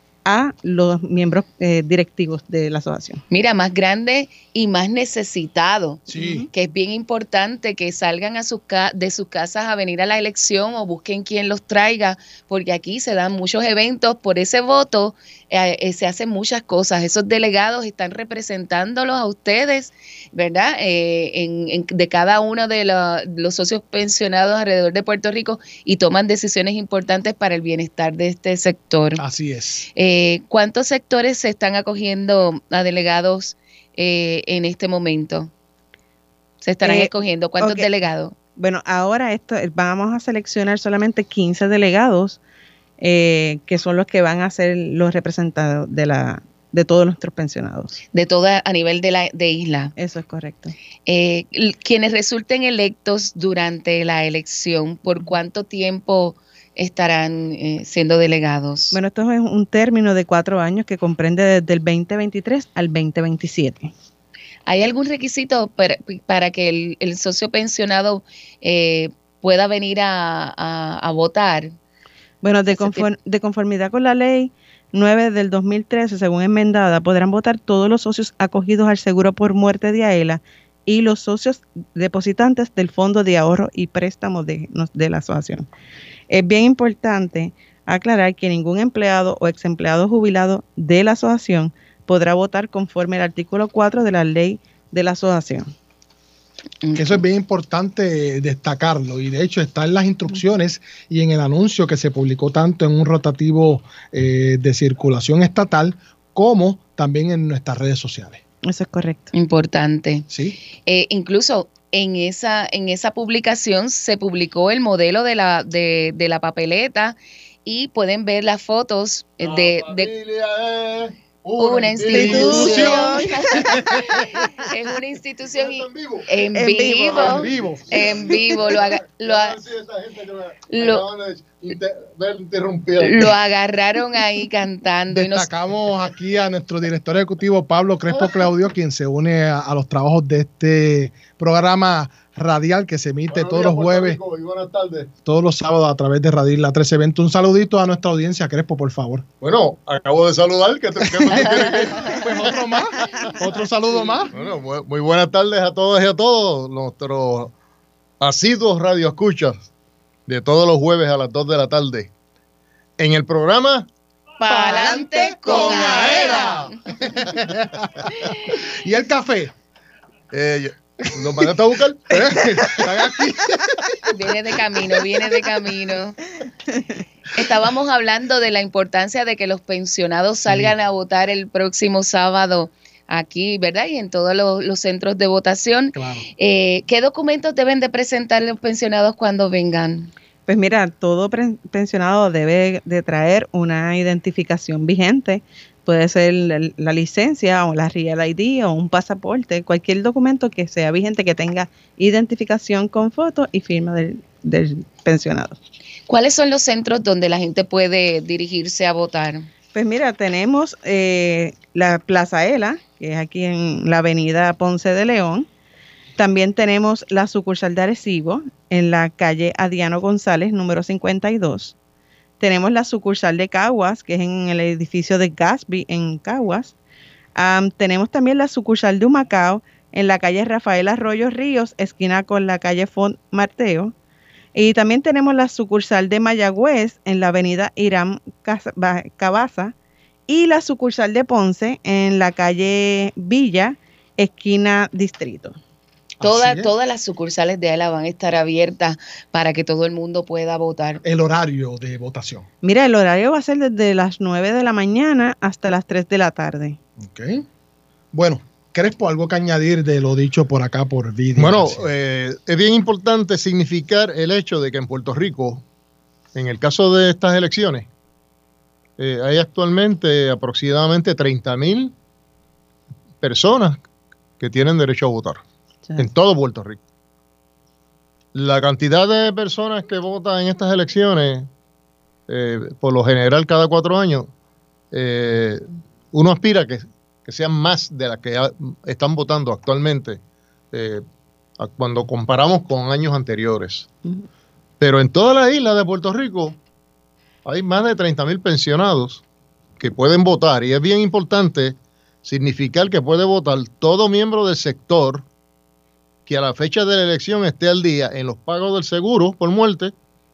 a los miembros directivos de la asociación. Mira, más grande y más necesitado, sí, que es bien importante que salgan de sus casas a venir a la elección o busquen quien los traiga, porque aquí se dan muchos eventos, por ese voto se hacen muchas cosas. Esos delegados están representándolos a ustedes, ¿verdad? De cada uno de los socios pensionados alrededor de Puerto Rico y toman decisiones importantes para el bienestar de este sector. Así es. ¿Cuántos sectores se están acogiendo a delegados en este momento? ¿Se estarán escogiendo? ¿Cuántos delegados? Bueno, ahora vamos a seleccionar solamente 15 delegados que son los que van a ser los representados de todos nuestros pensionados. De toda a nivel de isla. Eso es correcto. Quienes resulten electos durante la elección, ¿por cuánto tiempo estarán siendo delegados? Bueno, esto es un término de 4 años que comprende desde el 2023 al 2027. ¿Hay algún requisito para que el socio pensionado pueda venir a votar? Bueno, de conformidad con la ley 9 del 2013, según enmendada, podrán votar todos los socios acogidos al seguro por muerte de AELA y los socios depositantes del Fondo de Ahorro y Préstamos de la asociación. Es bien importante aclarar que ningún empleado o exempleado jubilado de la asociación podrá votar conforme al artículo 4 de la ley de la asociación. Eso es bien importante destacarlo, y de hecho está en las instrucciones y en el anuncio que se publicó tanto en un rotativo de circulación estatal como también en nuestras redes sociales. Eso es correcto. Importante. Sí. Incluso en esa publicación se publicó el modelo de la papeleta y pueden ver las fotos de una institución. Es una institución en vivo. Lo agarraron ahí cantando. Destacamos aquí a nuestro director ejecutivo Pablo Crespo Claudio, quien se une a los trabajos de este programa radial que se emite todos los jueves, todos los sábados a través de Radio Isla 1320. Un saludito a nuestra audiencia, Crespo, por favor. Bueno, acabo de saludar. Pues otro más, otro saludo más. Bueno, muy buenas tardes a todas y a todos nuestros asiduos radioescuchas de todos los jueves a las 2 de la tarde. En el programa Pa'lante con AELA. ¿Y el café? ¿Lo mandaste a buscar? Viene de camino. Estábamos hablando de la importancia de que los pensionados salgan a votar el próximo sábado aquí, ¿verdad? Y en todos los centros de votación. Claro. ¿Qué documentos deben de presentar los pensionados cuando vengan? Pues mira, todo pensionado debe de traer una identificación vigente. Puede ser la licencia o la Real ID o un pasaporte, cualquier documento que sea vigente, que tenga identificación con foto y firma del pensionado. ¿Cuáles son los centros donde la gente puede dirigirse a votar? Pues mira, tenemos la Plaza AELA, que es aquí en la avenida Ponce de León. También tenemos la sucursal de Arecibo en la calle Adiano González, número 52. Tenemos la sucursal de Caguas, que es en el edificio de Gatsby en Caguas. Tenemos también la sucursal de Humacao en la calle Rafael Arroyo Ríos, esquina con la calle Font Marteo. Y también tenemos la sucursal de Mayagüez en la avenida Irán Cabaza y la sucursal de Ponce en la calle Villa, esquina Distrito. Todas las sucursales de AELA van a estar abiertas para que todo el mundo pueda votar. El horario de votación. Mira, el horario va a ser desde las 9 de la mañana hasta las 3 de la tarde. Ok. Bueno, Crespo, algo que añadir de lo dicho por acá por vídeo. Bueno, es bien importante significar el hecho de que en Puerto Rico, en el caso de estas elecciones, hay actualmente aproximadamente 30,000 personas que tienen derecho a votar. Sí. En todo Puerto Rico. La cantidad de personas que votan en estas elecciones, por lo general cada 4 años, uno aspira a que sean más de las que están votando actualmente cuando comparamos con años anteriores. Pero en toda la isla de Puerto Rico hay más de 30,000 pensionados que pueden votar, y es bien importante significar que puede votar todo miembro del sector que a la fecha de la elección esté al día en los pagos del seguro por muerte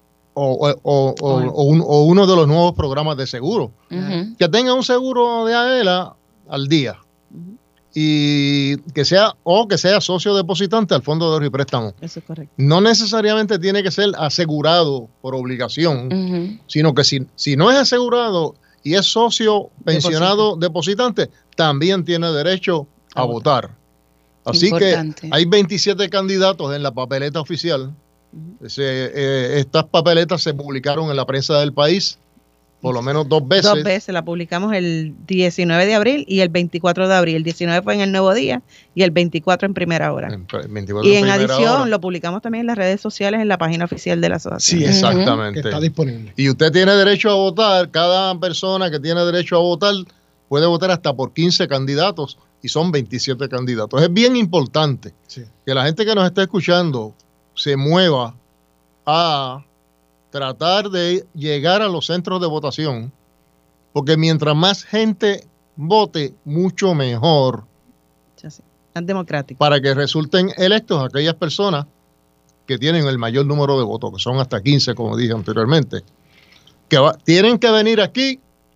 o uno de los nuevos programas de seguro. Que tenga un seguro de AELA al día y que sea socio depositante al Fondo de Ahorro y Préstamo. Eso es correcto. No necesariamente tiene que ser asegurado por obligación, sino que si no es asegurado y es socio pensionado depositante, también tiene derecho a votar. Así que hay 27 candidatos en la papeleta oficial. Estas papeletas se publicaron en la prensa del país por lo menos 2 veces. 2 veces, la publicamos el 19 de abril y el 24 de abril. El 19 fue en El Nuevo Día y el 24 en Primera Hora. Y en adición lo publicamos también en las redes sociales en la página oficial de la asociación. Sí, exactamente. Que está disponible. Y usted tiene derecho a votar. Cada persona que tiene derecho a votar puede votar hasta por 15 candidatos y son 27 candidatos. Es bien importante que la gente que nos está escuchando se mueva a tratar de llegar a los centros de votación, porque mientras más gente vote, mucho mejor. Más democrático. Para que resulten electos aquellas personas que tienen el mayor número de votos, que son hasta 15, como dije anteriormente. Tienen que venir aquí,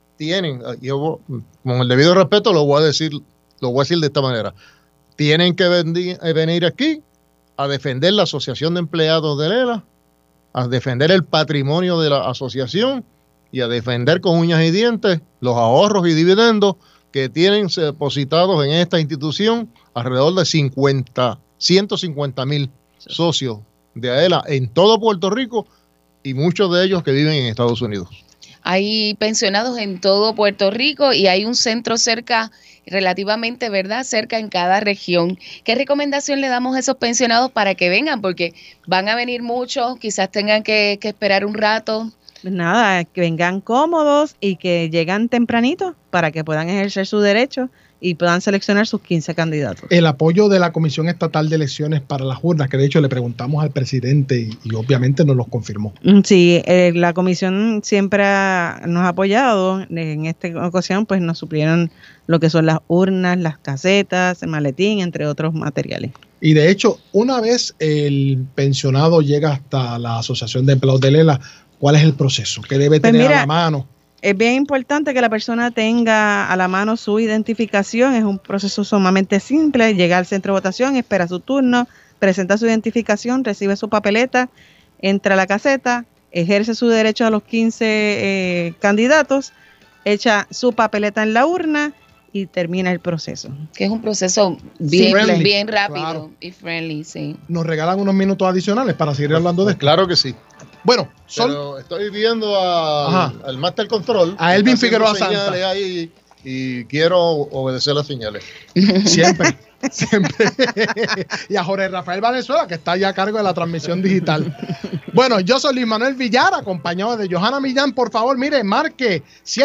yo con el debido respeto lo voy a decir de esta manera. Tienen que venir aquí a defender la Asociación de Empleados de Lela, a defender el patrimonio de la asociación y a defender con uñas y dientes los ahorros y dividendos que tienen depositados en esta institución alrededor de 150,000 socios de AELA en todo Puerto Rico y muchos de ellos que viven en Estados Unidos. Hay pensionados en todo Puerto Rico y hay un centro cerca, relativamente, ¿verdad?, cerca en cada región. ¿Qué recomendación le damos a esos pensionados para que vengan? Porque van a venir muchos, quizás tengan que esperar un rato. Nada, que vengan cómodos y que lleguen tempranito para que puedan ejercer su derecho y puedan seleccionar sus 15 candidatos. El apoyo de la Comisión Estatal de Elecciones para las urnas, que de hecho le preguntamos al presidente y obviamente nos lo confirmó. Sí, la comisión siempre nos ha apoyado. En esta ocasión pues nos suplieron lo que son las urnas, las casetas, el maletín, entre otros materiales. Y de hecho, una vez el pensionado llega hasta la Asociación de Empleados de Lela, ¿cuál es el proceso? ¿Qué debe tener a la mano? Es bien importante que la persona tenga a la mano su identificación. Es un proceso sumamente simple. Llega al centro de votación, espera su turno, presenta su identificación, recibe su papeleta, entra a la caseta, ejerce su derecho a los 15 candidatos, echa su papeleta en la urna y termina el proceso. Que es un proceso bien rápido y friendly, sí. ¿Nos regalan unos minutos adicionales para seguir hablando de esto? Claro que sí. Bueno, pero estoy viendo al Master Control. A Elvin Figueroa Santa. Ahí, y quiero obedecer las señales. Siempre. Y a Jorge Rafael Valenzuela, que está ya a cargo de la transmisión digital. Bueno, yo soy Luis Manuel Villar, acompañado de Johanna Millán. Por favor, mire, marque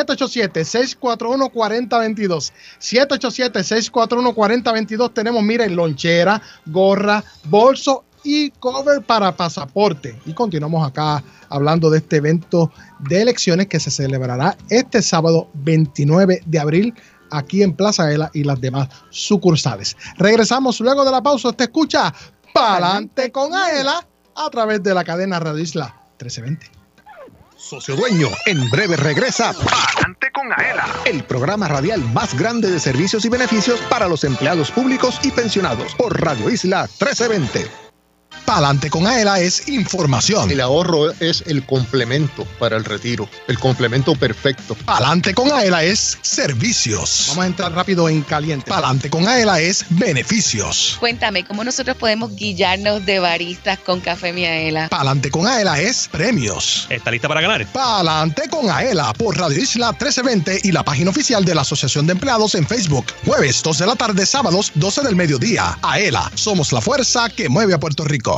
787-641-4022. 787-641-4022. Tenemos, mire, lonchera, gorra, bolso y cover para pasaporte. Y continuamos acá hablando de este evento de elecciones que se celebrará este sábado 29 de abril aquí en Plaza AELA y las demás sucursales. Regresamos luego de la pausa. Usted escucha Pa'lante con AELA a través de la cadena Radio Isla 1320. Socio Dueño, en breve regresa Pa'lante con AELA, el programa radial más grande de servicios y beneficios para los empleados públicos y pensionados por Radio Isla 1320. Pa'lante con AELA es información. El ahorro es el complemento para el retiro, el complemento perfecto. Pa'lante con AELA es servicios. Vamos a entrar rápido en caliente. Pa'lante con AELA es beneficios. Cuéntame, ¿cómo nosotros podemos guillarnos de baristas con Café Mi AELA? Pa'lante con AELA es premios. ¿Está lista para ganar? Pa'lante con AELA por Radio Isla 1320 y la página oficial de la Asociación de Empleados en Facebook. Jueves 2 de la tarde, sábados 12 del mediodía. AELA, somos la fuerza que mueve a Puerto Rico.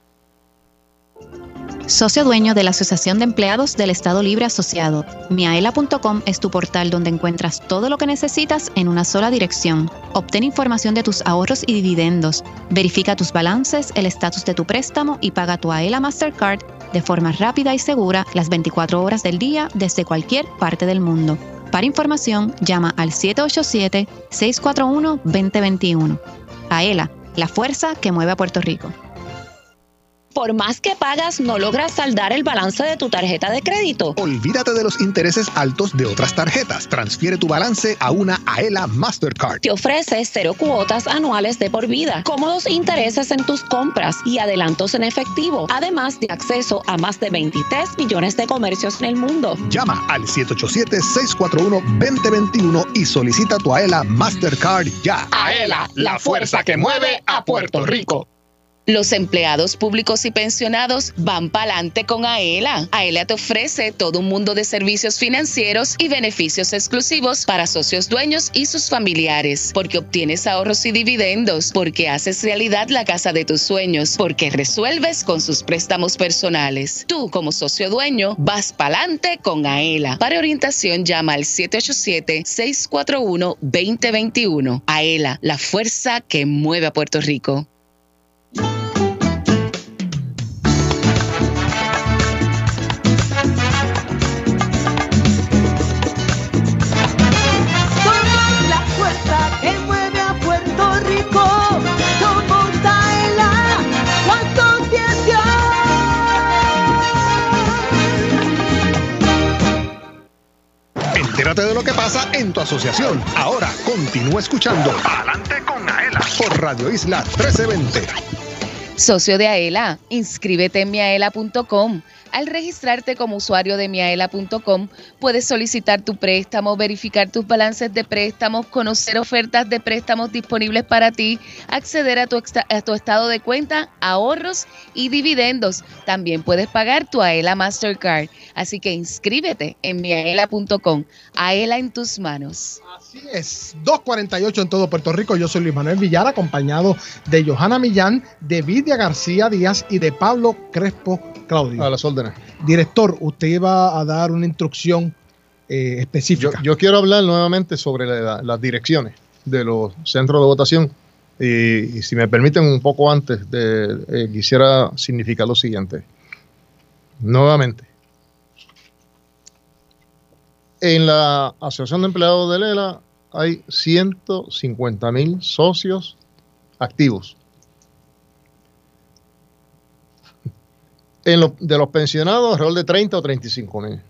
Socio dueño de la Asociación de Empleados del Estado Libre Asociado. Miaela.com es tu portal donde encuentras todo lo que necesitas en una sola dirección. Obtén información de tus ahorros y dividendos. Verifica tus balances, el estatus de tu préstamo y paga tu AELA Mastercard de forma rápida y segura las 24 horas del día desde cualquier parte del mundo. Para información, llama al 787-641-2021. AELA, la fuerza que mueve a Puerto Rico. Por más que pagas, no logras saldar el balance de tu tarjeta de crédito. Olvídate de los intereses altos de otras tarjetas. Transfiere tu balance a una AELA Mastercard. Te ofrece 0 cuotas anuales de por vida, cómodos intereses en tus compras y adelantos en efectivo, además de acceso a más de 23 millones de comercios en el mundo. Llama al 787-641-2021 y solicita tu AELA Mastercard ya. AELA, la fuerza que mueve a Puerto Rico. Los empleados públicos y pensionados van pa'lante con AELA. AELA te ofrece todo un mundo de servicios financieros y beneficios exclusivos para socios dueños y sus familiares, porque obtienes ahorros y dividendos, porque haces realidad la casa de tus sueños, porque resuelves con sus préstamos personales. Tú, como socio dueño, vas pa'lante con AELA. Para orientación, llama al 787-641-2021. AELA, la fuerza que mueve a Puerto Rico. Entérate de lo que pasa en tu asociación. Ahora continúa escuchando Adelante con AELA por Radio Isla 1320. Socio de AELA, inscríbete en miaela.com. Al registrarte como usuario de miaela.com, puedes solicitar tu préstamo, verificar tus balances de préstamos, conocer ofertas de préstamos disponibles para ti, acceder a tu estado de cuenta, ahorros y dividendos. También puedes pagar tu AELA Mastercard. Así que inscríbete en miaela.com. AELA en tus manos. Así es, 2:48 en todo Puerto Rico. Yo soy Luis Manuel Villar, acompañado de Johanna Millán, de Vidia García Díaz y de Pablo Crespo Claudio. A las órdenes. Director, usted iba a dar una instrucción específica. Yo quiero hablar nuevamente sobre las direcciones de los centros de votación y si me permiten un poco antes, quisiera significar lo siguiente. Nuevamente, en la Asociación de Empleados de Lela hay 150,000 socios activos. De los pensionados, alrededor de 30 o 35,000.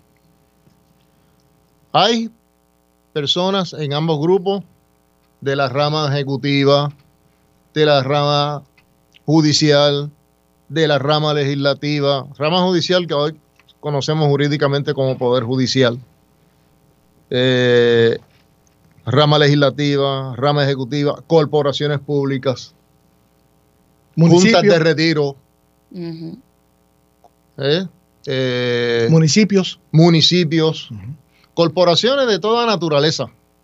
Hay personas en ambos grupos, de la rama ejecutiva, de la rama judicial, de la rama legislativa, rama judicial que hoy conocemos jurídicamente como Poder Judicial, rama legislativa, rama ejecutiva, corporaciones públicas, juntas de retiro. Uh-huh. Municipios, corporaciones de toda naturaleza.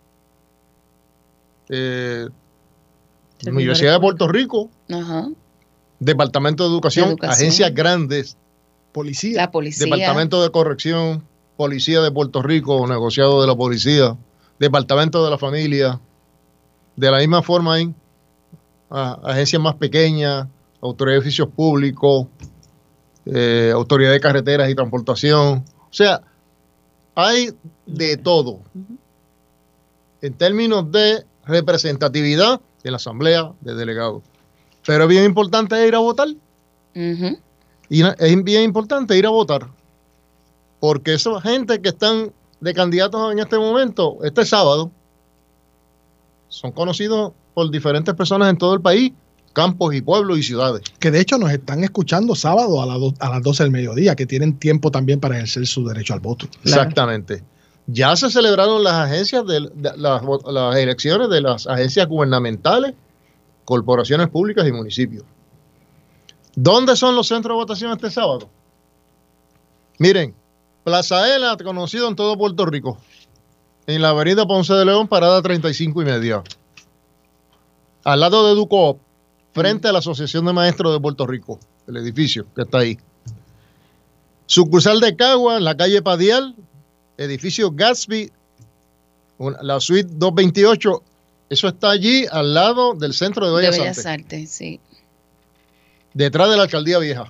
Universidad de Puerto Rico, Departamento de Educación, agencias grandes, la policía, Departamento de Corrección, Policía de Puerto Rico, negociado de la policía, Departamento de la Familia, de la misma forma hay agencias más pequeñas, Autoridad de Edificios Públicos, Autoridad de Carreteras y Transportación. O sea, hay de todo en términos de representatividad en la Asamblea de Delegados. Pero es bien importante ir a votar. Y es bien importante ir a votar. Porque esa gente que están de candidatos en este momento, este sábado, son conocidos por diferentes personas en todo el país, campos y pueblos y ciudades. Que de hecho nos están escuchando sábado a las 12 del mediodía, que tienen tiempo también para ejercer su derecho al voto. Exactamente. Ya se celebraron las agencias las elecciones de las agencias gubernamentales, corporaciones públicas y municipios. ¿Dónde son los centros de votación este sábado? Miren, Plaza AELA, conocido en todo Puerto Rico, en la avenida Ponce de León, parada 35:30, al lado de Ducoop, frente a la Asociación de Maestros de Puerto Rico, el edificio que está ahí. Sucursal de Cagua, en la calle Padial, edificio Gatsby, la suite 228, eso está allí al lado del Centro de Bellas Artes, sí. Detrás de la Alcaldía Vieja.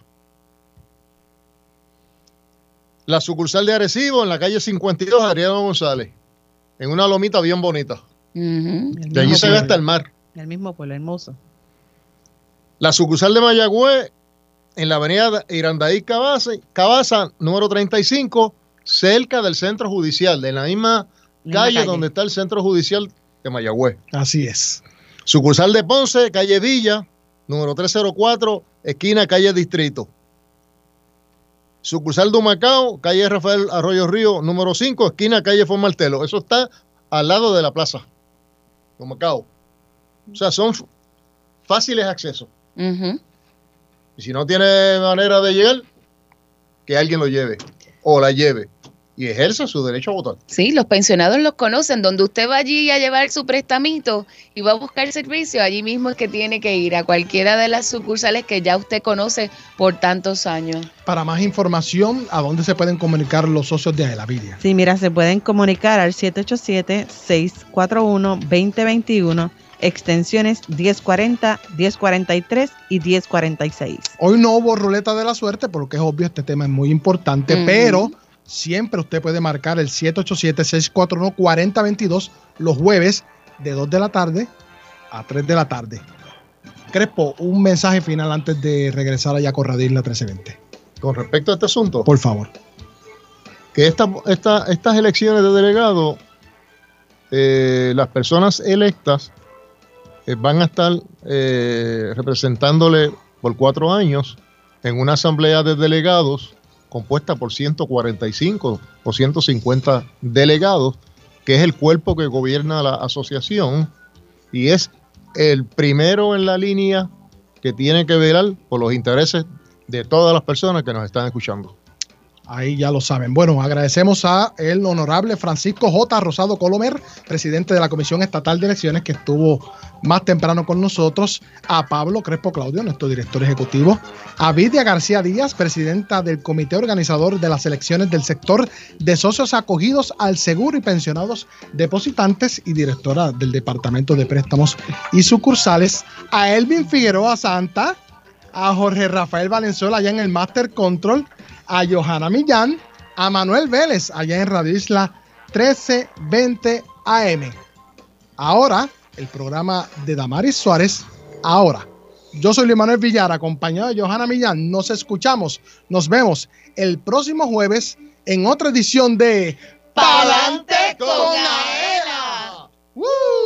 La sucursal de Arecibo, en la calle 52, Adriano González, en una lomita bien bonita. De allí se ve hasta el mar. El mismo pueblo hermoso. La sucursal de Mayagüez, en la avenida Irandaí Cabaza, número 35, cerca del centro judicial, de la misma calle donde está el centro judicial de Mayagüez. Así es. Sucursal de Ponce, calle Villa, número 304, esquina calle Distrito. Sucursal de Humacao, calle Rafael Arroyo Río, número 5, esquina calle Formartelo. Eso está al lado de la plaza de Humacao. O sea, son fáciles accesos. Y si no tiene manera de llegar, que alguien lo lleve o la lleve y ejerza su derecho a votar. Sí, los pensionados los conocen. Donde usted va allí a llevar su prestamito y va a buscar servicio, allí mismo es que tiene que ir a cualquiera de las sucursales que ya usted conoce por tantos años. Para más información, ¿a dónde se pueden comunicar los socios de AELA, Vidia? Sí, mira, se pueden comunicar al 787-641-2021, extensiones 1040, 1043 y 1046. Hoy no hubo ruleta de la suerte porque es obvio, este tema es muy importante, pero siempre usted puede marcar el 787-641-4022 los jueves de 2 de la tarde a 3 de la tarde. Crespo, un mensaje final antes de regresar allá a Corradil la 1320. Con respecto a este asunto, por favor. Que estas elecciones de delegado, las personas electas van a estar representándole por 4 años en una asamblea de delegados compuesta por 145 o 150 delegados, que es el cuerpo que gobierna la asociación y es el primero en la línea que tiene que velar por los intereses de todas las personas que nos están escuchando. Ahí ya lo saben. Bueno, agradecemos a el honorable Francisco J. Rosado Colomer, presidente de la Comisión Estatal de Elecciones, que estuvo más temprano con nosotros, a Pablo Crespo Claudio, nuestro director ejecutivo, a Vidia García Díaz, presidenta del comité organizador de las elecciones del sector de socios acogidos al seguro y pensionados depositantes y directora del Departamento de Préstamos y Sucursales, a Elvin Figueroa Santa, a Jorge Rafael Valenzuela allá en el Master Control, a Johanna Millán, a Manuel Vélez allá en Radio Isla 1320 AM. Ahora, el programa de Damaris Suárez. Ahora, yo soy Luis Manuel Villar, acompañado de Johanna Millán. Nos escuchamos, nos vemos el próximo jueves en otra edición de ¡Pa'lante con AELA!